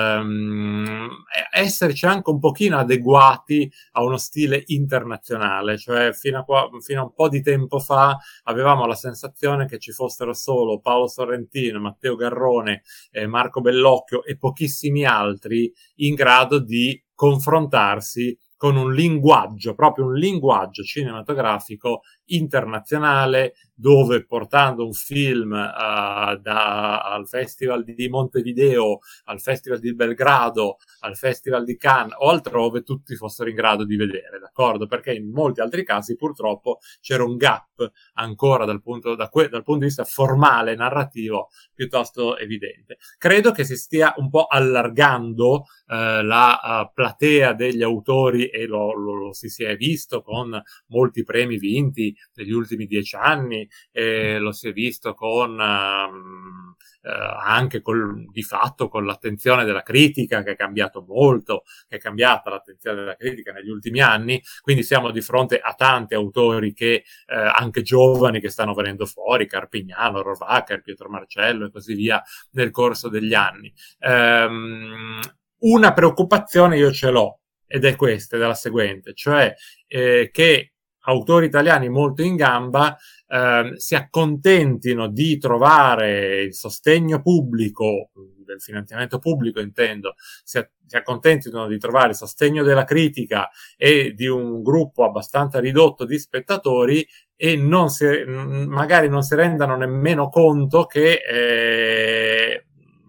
ehm, esserci anche un pochino adeguati a uno stile internazionale. Cioè fino a, qua, fino a un po' di tempo fa avevamo la sensazione che ci fossero solo Paolo Sorrentino, Matteo Garrone, eh, Marco Bellocchio e pochissimi altri in grado di confrontarsi con un linguaggio, proprio un linguaggio cinematografico internazionale, dove portando un film uh, da, al Festival di Montevideo, al Festival di Belgrado, al Festival di Cannes o altrove, tutti fossero in grado di vedere, d'accordo? Perché in molti altri casi purtroppo c'era un gap ancora dal punto, da que- dal punto di vista formale, narrativo, piuttosto evidente. Credo che si stia un po' allargando uh, la uh, platea degli autori, e lo, lo, lo si sia visto con molti premi vinti negli ultimi dieci anni, e lo si è visto con um, eh, anche col, di fatto con l'attenzione della critica, che è cambiato molto, che è cambiata l'attenzione della critica negli ultimi anni. Quindi siamo di fronte a tanti autori che eh, anche giovani, che stanno venendo fuori, Carpignano, Rovacher, Pietro Marcello e così via, nel corso degli anni. Um, una preoccupazione io ce l'ho, ed è questa, ed è la seguente, cioè eh, che autori italiani molto in gamba eh, si accontentino di trovare il sostegno pubblico, del finanziamento pubblico intendo, si, si accontentino di trovare il sostegno della critica e di un gruppo abbastanza ridotto di spettatori, e non si, magari non si rendano nemmeno conto che eh,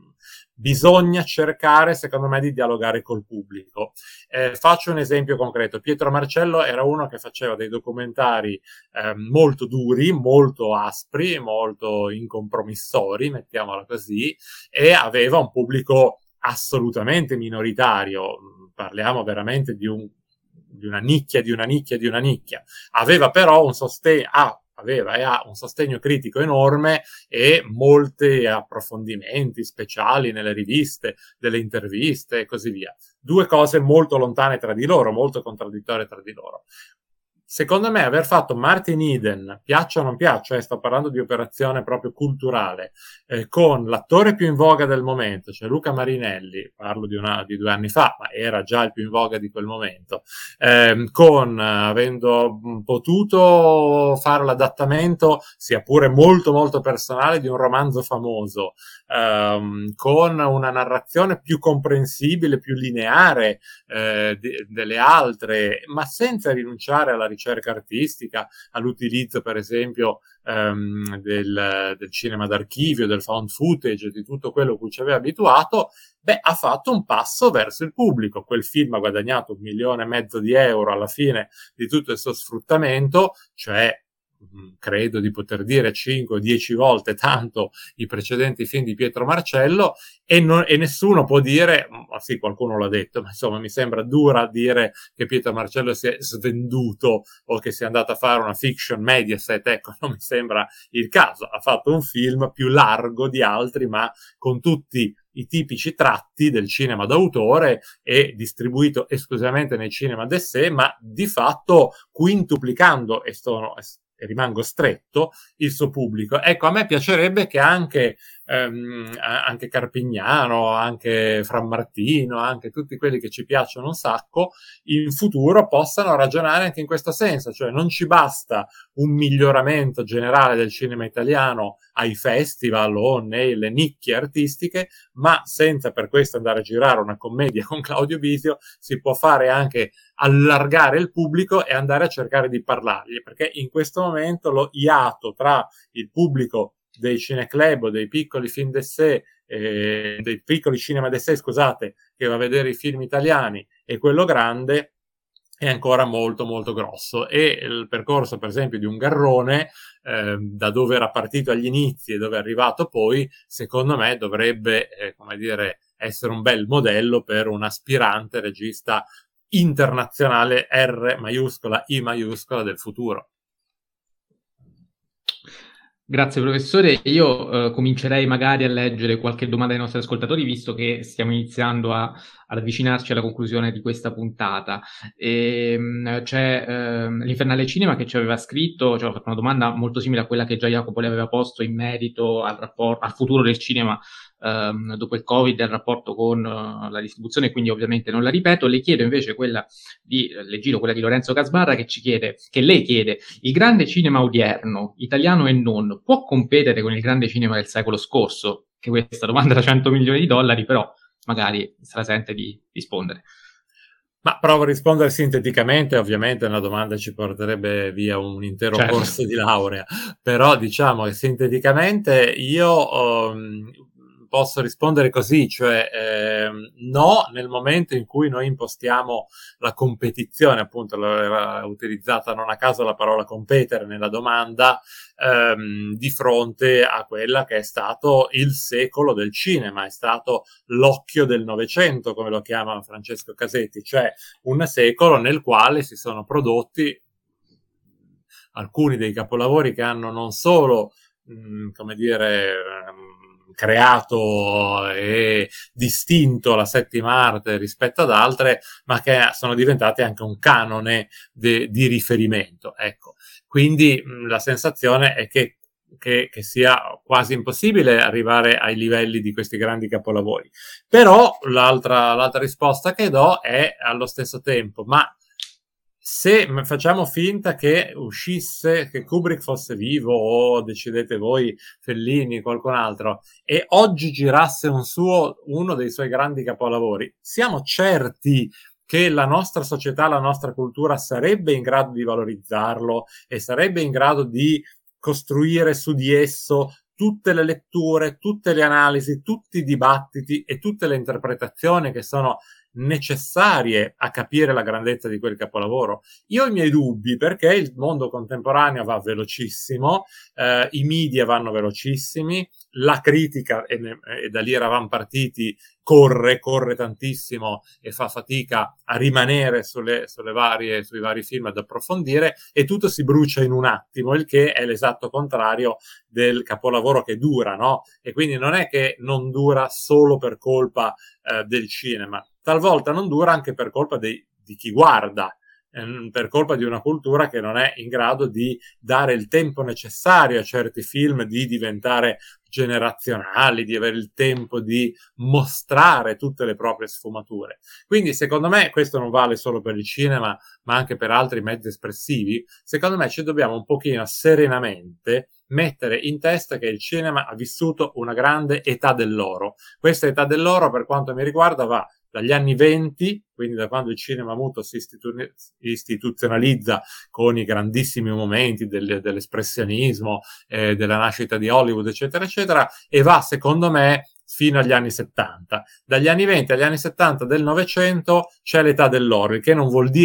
bisogna cercare, secondo me, di dialogare col pubblico. Eh, faccio un esempio concreto. Pietro Marcello era uno che faceva dei documentari eh, molto duri, molto aspri, molto incompromissori, mettiamola così, e aveva un pubblico assolutamente minoritario. Parliamo veramente di un di una nicchia, di una nicchia, di una nicchia. Aveva però un sostegno, ah, aveva e ha un sostegno critico enorme e molti approfondimenti speciali nelle riviste, delle interviste e così via. Due cose molto lontane tra di loro, molto contraddittorie tra di loro. Secondo me aver fatto Martin Eden, piaccia o non piaccia, eh, sto parlando di operazione proprio culturale, eh, con l'attore più in voga del momento, cioè Luca Marinelli, parlo di, una, di due anni fa, ma era già il più in voga di quel momento, eh, con, avendo potuto fare l'adattamento, sia pure molto molto personale, di un romanzo famoso, ehm, con una narrazione più comprensibile, più lineare eh, de- delle altre, ma senza rinunciare alla ricerca artistica, all'utilizzo per esempio ehm, del, del cinema d'archivio, del found footage, di tutto quello a cui ci aveva abituato. Beh, ha fatto un passo verso il pubblico. Quel film ha guadagnato un milione e mezzo di euro alla fine di tutto il suo sfruttamento, cioè credo di poter dire cinque o dieci volte tanto i precedenti film di Pietro Marcello, e, non, e nessuno può dire, ma sì, qualcuno l'ha detto, ma insomma mi sembra dura dire che Pietro Marcello si è svenduto o che sia andato a fare una fiction Mediaset. Ecco, non mi sembra il caso. Ha fatto un film più largo di altri, ma con tutti i tipici tratti del cinema d'autore e distribuito esclusivamente nei cinema d'essè, ma di fatto quintuplicando, e sono e rimango stretto, il suo pubblico. Ecco, a me piacerebbe che anche, ehm, anche Carpignano, anche Frammartino, anche tutti quelli che ci piacciono un sacco, in futuro possano ragionare anche in questo senso, cioè non ci basta un miglioramento generale del cinema italiano ai festival o nelle nicchie artistiche, ma senza per questo andare a girare una commedia con Claudio Bisio, si può fare anche allargare il pubblico e andare a cercare di parlargli, perché in questo momento lo iato tra il pubblico dei cineclub o dei piccoli film d'essè, eh, dei piccoli cinema d'essè, scusate, che va a vedere i film italiani, e quello grande è ancora molto molto grosso. E il percorso, per esempio, di un Garrone, eh, da dove era partito agli inizi e dove è arrivato poi, secondo me dovrebbe, eh, come dire, essere un bel modello per un aspirante regista internazionale R maiuscola I maiuscola del futuro. Grazie professore, io eh, comincerei magari a leggere qualche domanda dei nostri ascoltatori, visto che stiamo iniziando a, ad avvicinarci alla conclusione di questa puntata. E, mh, c'è eh, l'Infernale Cinema che ci aveva scritto, ci aveva fatto una domanda molto simile a quella che già Jacopo le aveva posto in merito al, rapporto, al futuro del cinema ehm, dopo il Covid e il rapporto con uh, la distribuzione, quindi ovviamente non la ripeto. Le chiedo invece quella di, eh, le giro quella di Lorenzo Casbarra, che ci chiede, che lei chiede: il grande cinema odierno, italiano e non, può competere con il grande cinema del secolo scorso? Che questa domanda da cento milioni di dollari, però magari se la sente di rispondere. Ma provo a rispondere sinteticamente. Ovviamente una domanda ci porterebbe via un intero certo. corso di laurea, però diciamo che sinteticamente io um, posso rispondere così, cioè eh, no, nel momento in cui noi impostiamo la competizione, appunto era utilizzata non a caso la parola competere nella domanda, ehm, di fronte a quella che è stato il secolo del cinema, è stato l'occhio del Novecento, come lo chiama Francesco Casetti, cioè un secolo nel quale si sono prodotti alcuni dei capolavori che hanno non solo, mh, come dire, mh, creato e distinto la settima arte rispetto ad altre, ma che sono diventate anche un canone de, di riferimento. Ecco, quindi mh, la sensazione è che, che, che sia quasi impossibile arrivare ai livelli di questi grandi capolavori. Però l'altra, l'altra risposta che do è allo stesso tempo, ma se facciamo finta che uscisse, che Kubrick fosse vivo, o decidete voi Fellini, qualcun altro, e oggi girasse un suo, uno dei suoi grandi capolavori, siamo certi che la nostra società, la nostra cultura sarebbe in grado di valorizzarlo e sarebbe in grado di costruire su di esso tutte le letture, tutte le analisi, tutti i dibattiti e tutte le interpretazioni che sono necessarie a capire la grandezza di quel capolavoro? Io ho i miei dubbi, perché il mondo contemporaneo va velocissimo, eh, i media vanno velocissimi, la critica, e, ne, e da lì eravamo partiti, corre, corre tantissimo e fa fatica a rimanere sulle, sulle varie, sui vari film ad approfondire, e tutto si brucia in un attimo, il che è l'esatto contrario del capolavoro che dura, no? E quindi non è che non dura solo per colpa eh, del cinema, talvolta non dura anche per colpa dei, di chi guarda, ehm, per colpa di una cultura che non è in grado di dare il tempo necessario a certi film di diventare generazionali, di avere il tempo di mostrare tutte le proprie sfumature. Quindi secondo me questo non vale solo per il cinema, ma anche per altri mezzi espressivi. Secondo me ci dobbiamo un pochino serenamente mettere in testa che il cinema ha vissuto una grande età dell'oro. Questa età dell'oro, per quanto mi riguarda, va dagli anni venti, quindi da quando il cinema muto si istitu- istituzionalizza con i grandissimi momenti del, dell'espressionismo, eh, della nascita di Hollywood, eccetera, eccetera, e va, secondo me, fino agli anni settanta. Dagli anni venti agli anni settanta del Novecento c'è l'età dell'oro, il che non vuol dire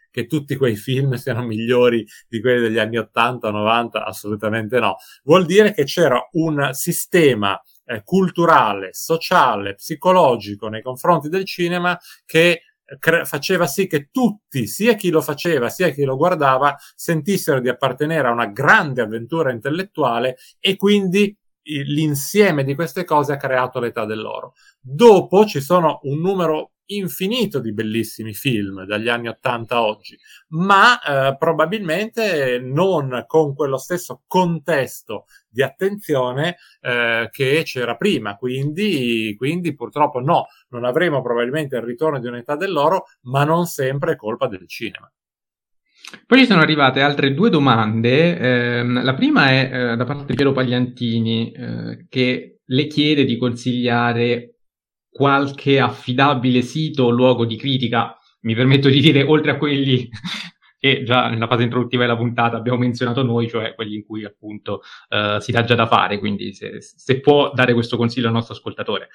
che tutti quei film siano migliori di quelli degli anni ottanta, novanta, assolutamente no. Vuol dire che c'era un sistema eh, culturale, sociale, psicologico nei confronti del cinema che cre- faceva sì che tutti, sia chi lo faceva sia chi lo guardava, sentissero di appartenere a una grande avventura intellettuale, e quindi l'insieme di queste cose ha creato l'età dell'oro. Dopo ci sono un numero infinito di bellissimi film dagli anni ottanta a oggi, ma eh, probabilmente non con quello stesso contesto di attenzione eh, che c'era prima, quindi, quindi purtroppo no, non avremo probabilmente il ritorno di un'età dell'oro, ma non sempre è colpa del cinema. Poi ci sono arrivate altre due domande. Eh, la prima è eh, da parte di Piero Pagliantini, eh, che le chiede di consigliare qualche affidabile sito o luogo di critica. Mi permetto di dire, oltre a quelli che già nella fase introduttiva della puntata abbiamo menzionato noi, cioè quelli in cui appunto eh, si dà già da fare, quindi se, se può dare questo consiglio al nostro ascoltatore.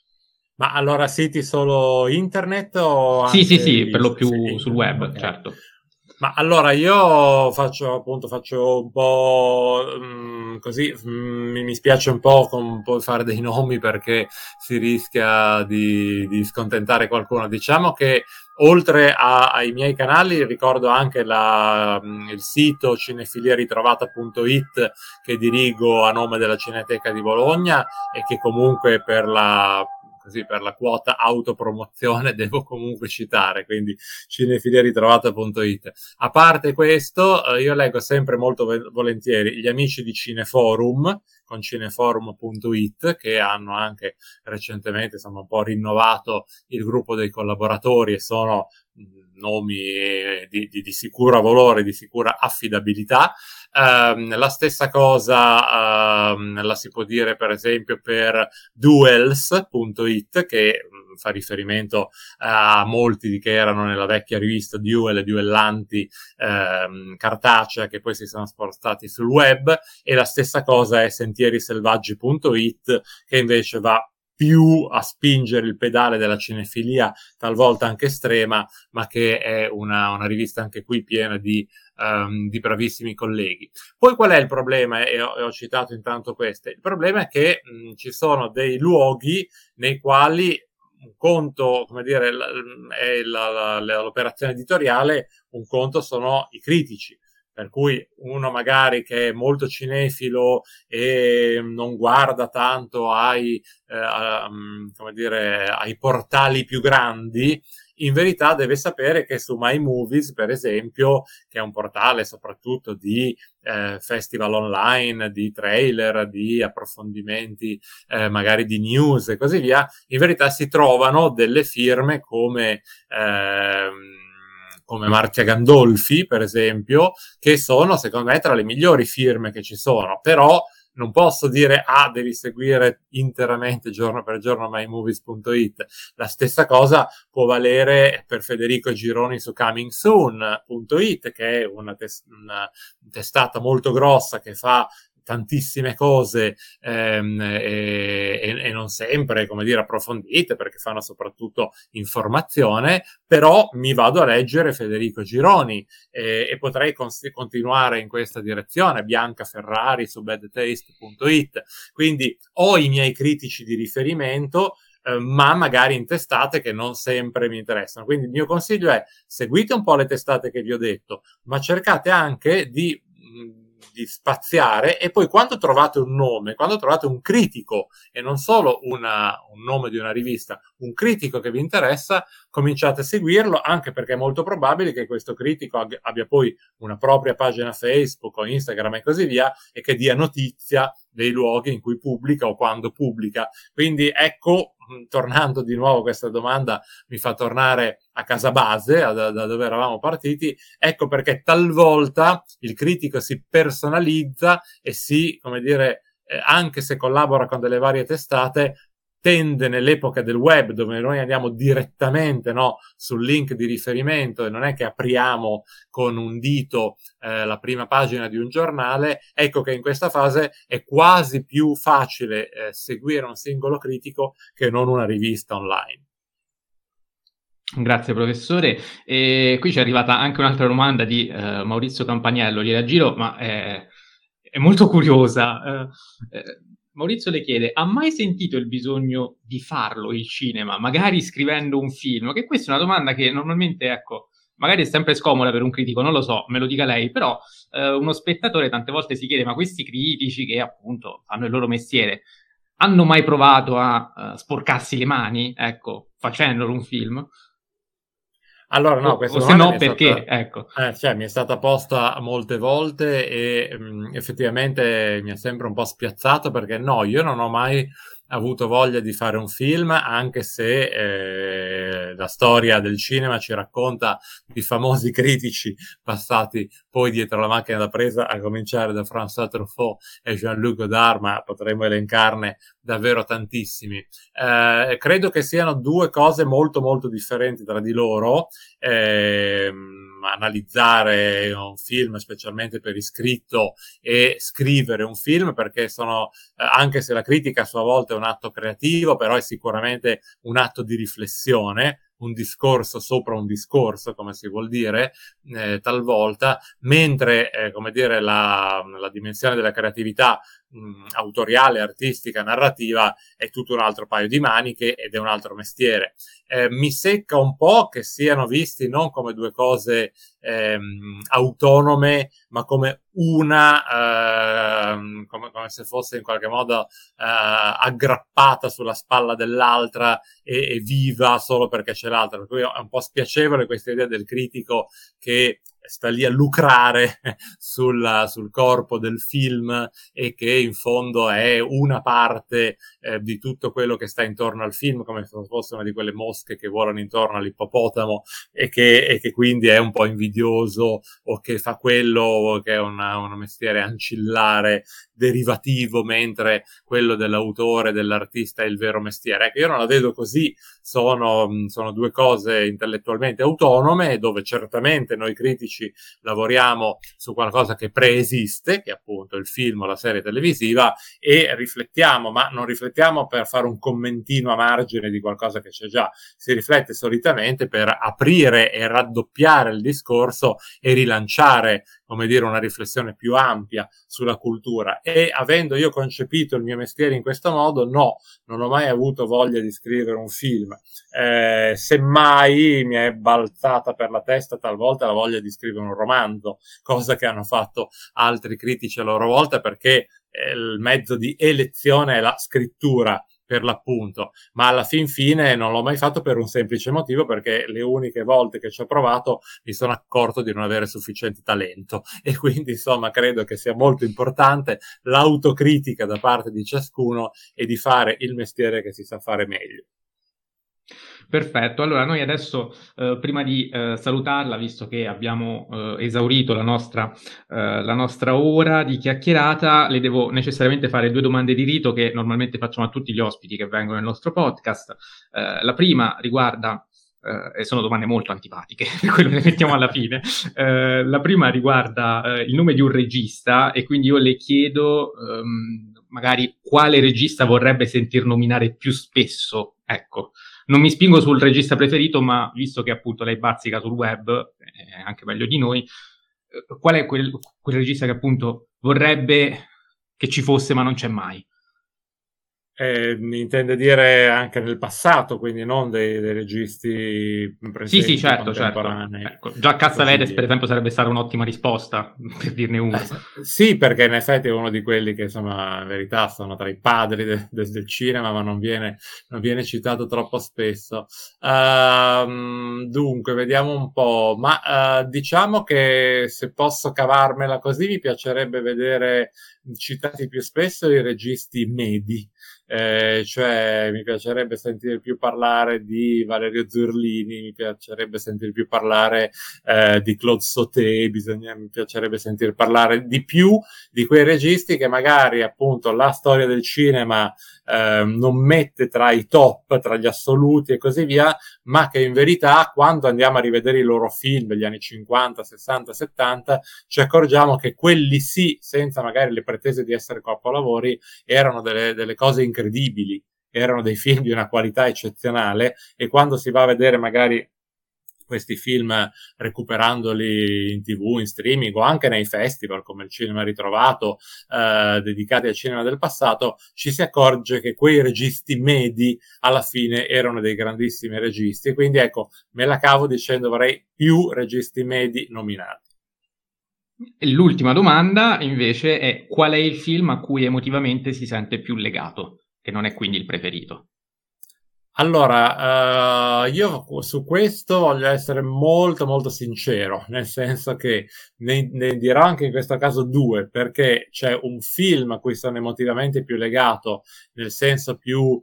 Ma allora siti solo internet o Sì, anche sì, sì, per lo più sì, sul web, okay. certo. Ma allora io faccio appunto faccio un po' mh, così, mh, mi spiace un po' con un po' fare dei nomi perché si rischia di, di scontentare qualcuno. Diciamo che oltre a, ai miei canali ricordo anche la, mh, il sito cinefiliaritrovata punto it che dirigo a nome della Cineteca di Bologna e che comunque per la così per la quota autopromozione devo comunque citare, quindi cinefiliaritrovata punto it. A parte questo, eh, io leggo sempre molto ve- volentieri gli amici di Cineforum, con cineforum punto it, che hanno anche recentemente insomma, un po' rinnovato il gruppo dei collaboratori e sono mh, nomi eh, di, di, di sicuro valore, di sicura affidabilità. Um, la stessa cosa um, la si può dire per esempio per duels punto it, che um, fa riferimento a molti che erano nella vecchia rivista Duel, duellanti um, cartacea, che poi si sono spostati sul web, e la stessa cosa è sentierselvaggi punto it, che invece va più a spingere il pedale della cinefilia, talvolta anche estrema, ma che è una, una rivista anche qui piena di Um, di bravissimi colleghi. Poi qual è il problema? E ho, e ho citato intanto queste. Il problema è che mh, ci sono dei luoghi nei quali un conto, come dire, la, è la, la, l'operazione editoriale, un conto sono i critici. Per cui uno magari che è molto cinefilo e non guarda tanto ai, eh, um, come dire, ai portali più grandi, in verità deve sapere che su My Movies, per esempio, che è un portale soprattutto di eh, festival online, di trailer, di approfondimenti, eh, magari di news e così via, in verità si trovano delle firme come... Ehm, come Marcia Gandolfi, per esempio, che sono, secondo me, tra le migliori firme che ci sono. Però non posso dire, ah, devi seguire interamente giorno per giorno my movies punto it. La stessa cosa può valere per Federico Gironi su coming soon punto it, che è una, tes- una testata molto grossa che fa tantissime cose ehm, e, e non sempre, come dire, approfondite, perché fanno soprattutto informazione, però mi vado a leggere Federico Gironi e, e potrei cons- continuare in questa direzione, Bianca Ferrari su bad taste punto it. Quindi ho i miei critici di riferimento, eh, ma magari in testate che non sempre mi interessano. Quindi il mio consiglio è: seguite un po' le testate che vi ho detto, ma cercate anche di di spaziare, e poi quando trovate un nome, quando trovate un critico e non solo una, un nome di una rivista, un critico che vi interessa, cominciate a seguirlo, anche perché è molto probabile che questo critico abbia, abbia poi una propria pagina Facebook o Instagram e così via, e che dia notizia dei luoghi in cui pubblica o quando pubblica. Quindi ecco, tornando di nuovo a questa domanda, mi fa tornare a casa base, da, da dove eravamo partiti. Ecco perché talvolta il critico si personalizza e si, come dire, eh, anche se collabora con delle varie testate, tende nell'epoca del web, dove noi andiamo direttamente, no, sul link di riferimento e non è che apriamo con un dito eh, la prima pagina di un giornale. Ecco che in questa fase è quasi più facile eh, seguire un singolo critico che non una rivista online. Grazie professore. E qui ci è arrivata anche un'altra domanda di eh, Maurizio Campagnello, gliela giro, ma è, è molto curiosa. Eh, eh, Maurizio le chiede: ha mai sentito il bisogno di farlo il cinema, magari scrivendo un film? Che questa è una domanda che normalmente, ecco, magari è sempre scomoda per un critico, non lo so, me lo dica lei, però eh, uno spettatore tante volte si chiede: ma questi critici che appunto fanno il loro mestiere, hanno mai provato a uh, sporcarsi le mani, ecco, facendolo un film? Allora, no, O, questa o se domanda no, mi è perché? stata, Ecco. eh, cioè, mi è stata posta molte volte e mh, effettivamente mi ha sempre un po' spiazzato perché no, io non ho mai avuto voglia di fare un film, anche se eh, la storia del cinema ci racconta di famosi critici passati poi dietro la macchina da presa, a cominciare da François Truffaut e Jean-Luc Godard, ma potremmo elencarne davvero tantissimi. Eh, credo che siano due cose molto molto differenti tra di loro. Eh, analizzare un film, specialmente per iscritto, e scrivere un film, perché sono, eh, anche se la critica a sua volta è un atto creativo, però è sicuramente un atto di riflessione, un discorso sopra un discorso, come si vuol dire, eh, talvolta, mentre, eh, come dire, la, la dimensione della creatività mh, autoriale, artistica, narrativa è tutto un altro paio di maniche ed è un altro mestiere. Eh, mi secca un po' che siano visti non come due cose ehm, autonome, ma come una, ehm, come, come se fosse in qualche modo eh, aggrappata sulla spalla dell'altra e, e viva solo perché c'è l'altra. Per cui è un po' spiacevole questa idea del critico che sta lì a lucrare sul, sul corpo del film e che in fondo è una parte eh, di tutto quello che sta intorno al film, come se fosse una di quelle mosche che volano intorno all'ippopotamo e che, e che quindi è un po' invidioso o che fa quello che è una, un mestiere ancillare derivativo, mentre quello dell'autore, dell'artista è il vero mestiere. Ecco, io non la vedo così, sono, sono due cose intellettualmente autonome, dove certamente noi critici lavoriamo su qualcosa che preesiste, che è appunto il film o la serie televisiva, e riflettiamo, ma non riflettiamo per fare un commentino a margine di qualcosa che c'è già, si riflette solitamente per aprire e raddoppiare il discorso e rilanciare, come dire, una riflessione più ampia sulla cultura. E avendo io concepito il mio mestiere in questo modo, no, non ho mai avuto voglia di scrivere un film. Eh, semmai mi è balzata per la testa talvolta la voglia di scrivere un romanzo, cosa che hanno fatto altri critici a loro volta, perché eh, il mezzo di elezione è la scrittura, per l'appunto, ma alla fin fine non l'ho mai fatto per un semplice motivo, perché le uniche volte che ci ho provato mi sono accorto di non avere sufficiente talento e quindi insomma credo che sia molto importante l'autocritica da parte di ciascuno e di fare il mestiere che si sa fare meglio. Perfetto, allora noi adesso eh, prima di eh, salutarla, visto che abbiamo eh, esaurito la nostra, eh, la nostra ora di chiacchierata, le devo necessariamente fare due domande di rito che normalmente facciamo a tutti gli ospiti che vengono nel nostro podcast. Eh, la prima riguarda, eh, e sono domande molto antipatiche, per quello le mettiamo alla fine, eh, la prima riguarda eh, il nome di un regista e quindi io le chiedo ehm, magari quale regista vorrebbe sentir nominare più spesso, ecco. Non mi spingo sul regista preferito, ma visto che appunto lei bazzica sul web, è anche meglio di noi, eh, qual è quel, quel regista che appunto vorrebbe che ci fosse ma non c'è mai? Eh, mi intende dire anche nel passato, quindi non dei, dei registi presenti, Sì, sì, certo, contemporanei. certo. Ecco, già Cassavetes, Così. per esempio, sarebbe stata un'ottima risposta, per dirne uno. Eh, sì, perché in effetti è uno di quelli che, insomma, in verità sono tra i padri de- de- del cinema, ma non viene, non viene citato troppo spesso. Uh, dunque, vediamo un po'. Ma uh, diciamo che se posso cavarmela così, mi piacerebbe vedere citati più spesso i registi medi. Eh, cioè mi piacerebbe sentire più parlare di Valerio Zurlini, mi piacerebbe sentire più parlare eh, di Claude Sauté, bisogna, mi piacerebbe sentire parlare di più di quei registi che magari appunto la storia del cinema eh, non mette tra i top, tra gli assoluti e così via, ma che in verità quando andiamo a rivedere i loro film degli anni cinquanta, sessanta, settanta ci accorgiamo che quelli sì, senza magari le pretese di essere capolavori, erano delle, delle cose incredibili, erano dei film di una qualità eccezionale, e quando si va a vedere magari questi film, recuperandoli in tivù, in streaming o anche nei festival come il Cinema Ritrovato, eh, dedicati al cinema del passato, ci si accorge che quei registi medi alla fine erano dei grandissimi registi. Quindi ecco, me la cavo dicendo vorrei più registi medi nominati. L'ultima domanda invece è: qual è il film a cui emotivamente si sente più legato, che non è quindi il preferito? Allora, uh, io su questo voglio essere molto molto sincero, nel senso che ne, ne dirò anche in questo caso due, perché c'è un film a cui sono emotivamente più legato, nel senso più,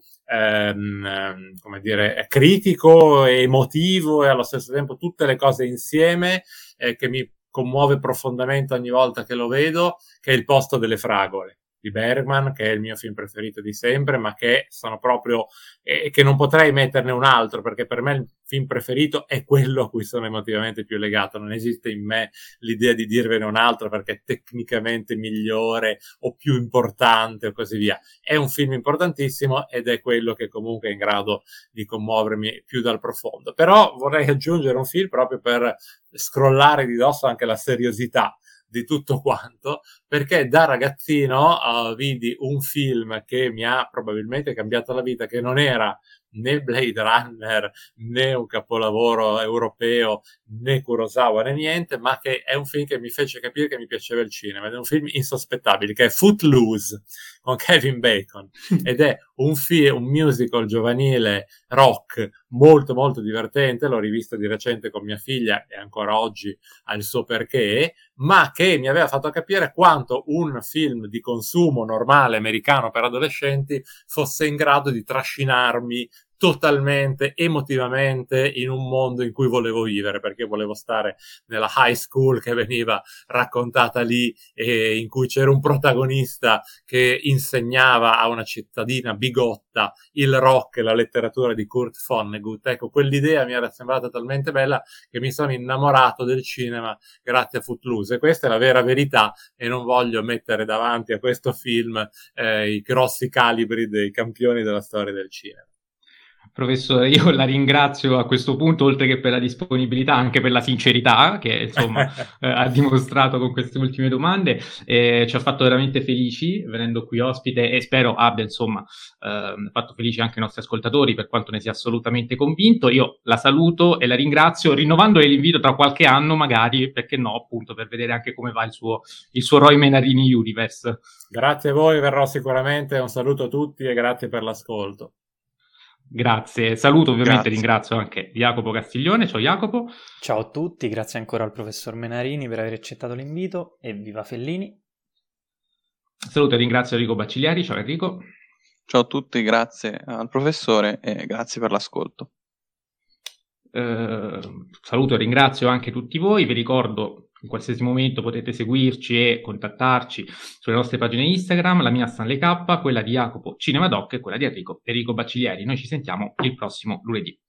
ehm, come dire, critico e emotivo e allo stesso tempo tutte le cose insieme, eh, che mi commuove profondamente ogni volta che lo vedo, che è Il posto delle fragole di Bergman, che è il mio film preferito di sempre, ma che sono proprio, eh, che non potrei metterne un altro, perché per me il film preferito è quello a cui sono emotivamente più legato. Non esiste in me l'idea di dirvene un altro perché è tecnicamente migliore o più importante o così via. È un film importantissimo ed è quello che comunque è in grado di commuovermi più dal profondo. Però vorrei aggiungere un film proprio per scrollare di dosso anche la seriosità di tutto quanto, perché da ragazzino uh, vidi un film che mi ha probabilmente cambiato la vita, che non era né Blade Runner né un capolavoro europeo né Kurosawa né niente, ma che è un film che mi fece capire che mi piaceva il cinema, ed è un film insospettabile, che è Footloose con Kevin Bacon, ed è un film, un musical giovanile rock molto molto divertente. L'ho rivisto di recente con mia figlia e ancora oggi ha il suo perché, ma che mi aveva fatto capire quanto un film di consumo normale americano per adolescenti fosse in grado di trascinarmi totalmente, emotivamente, in un mondo in cui volevo vivere, perché volevo stare nella high school che veniva raccontata lì e in cui c'era un protagonista che insegnava a una cittadina bigotta il rock e la letteratura di Kurt Vonnegut. Ecco, quell'idea mi era sembrata talmente bella che mi sono innamorato del cinema grazie a Footloose, e questa è la vera verità, e non voglio mettere davanti a questo film eh, i grossi calibri dei campioni della storia del cinema. Professore, io la ringrazio a questo punto, oltre che per la disponibilità, anche per la sincerità che insomma eh, ha dimostrato con queste ultime domande. Eh, ci ha fatto veramente felici venendo qui ospite, e spero abbia insomma eh, fatto felici anche i nostri ascoltatori, per quanto ne sia assolutamente convinto. Io la saluto e la ringrazio, rinnovandole l'invito tra qualche anno magari, perché no, appunto, per vedere anche come va il suo, il suo Roy Menarini Universe. Grazie a voi, verrò sicuramente. Un saluto a tutti e grazie per l'ascolto. Grazie, saluto ovviamente, Grazie. Ringrazio anche Jacopo Castiglione. Ciao Jacopo. Ciao a tutti, grazie ancora al professor Menarini per aver accettato l'invito, e viva Fellini. Saluto e ringrazio Enrico Bacciglieri. Ciao Enrico. Ciao a tutti, grazie al professore e grazie per l'ascolto. Eh, saluto e ringrazio anche tutti voi. Vi ricordo, in qualsiasi momento potete seguirci e contattarci sulle nostre pagine Instagram, la mia Stanley K, quella di Jacopo Cinemadoc e quella di Enrico Enrico Bacciglieri. Noi ci sentiamo il prossimo lunedì.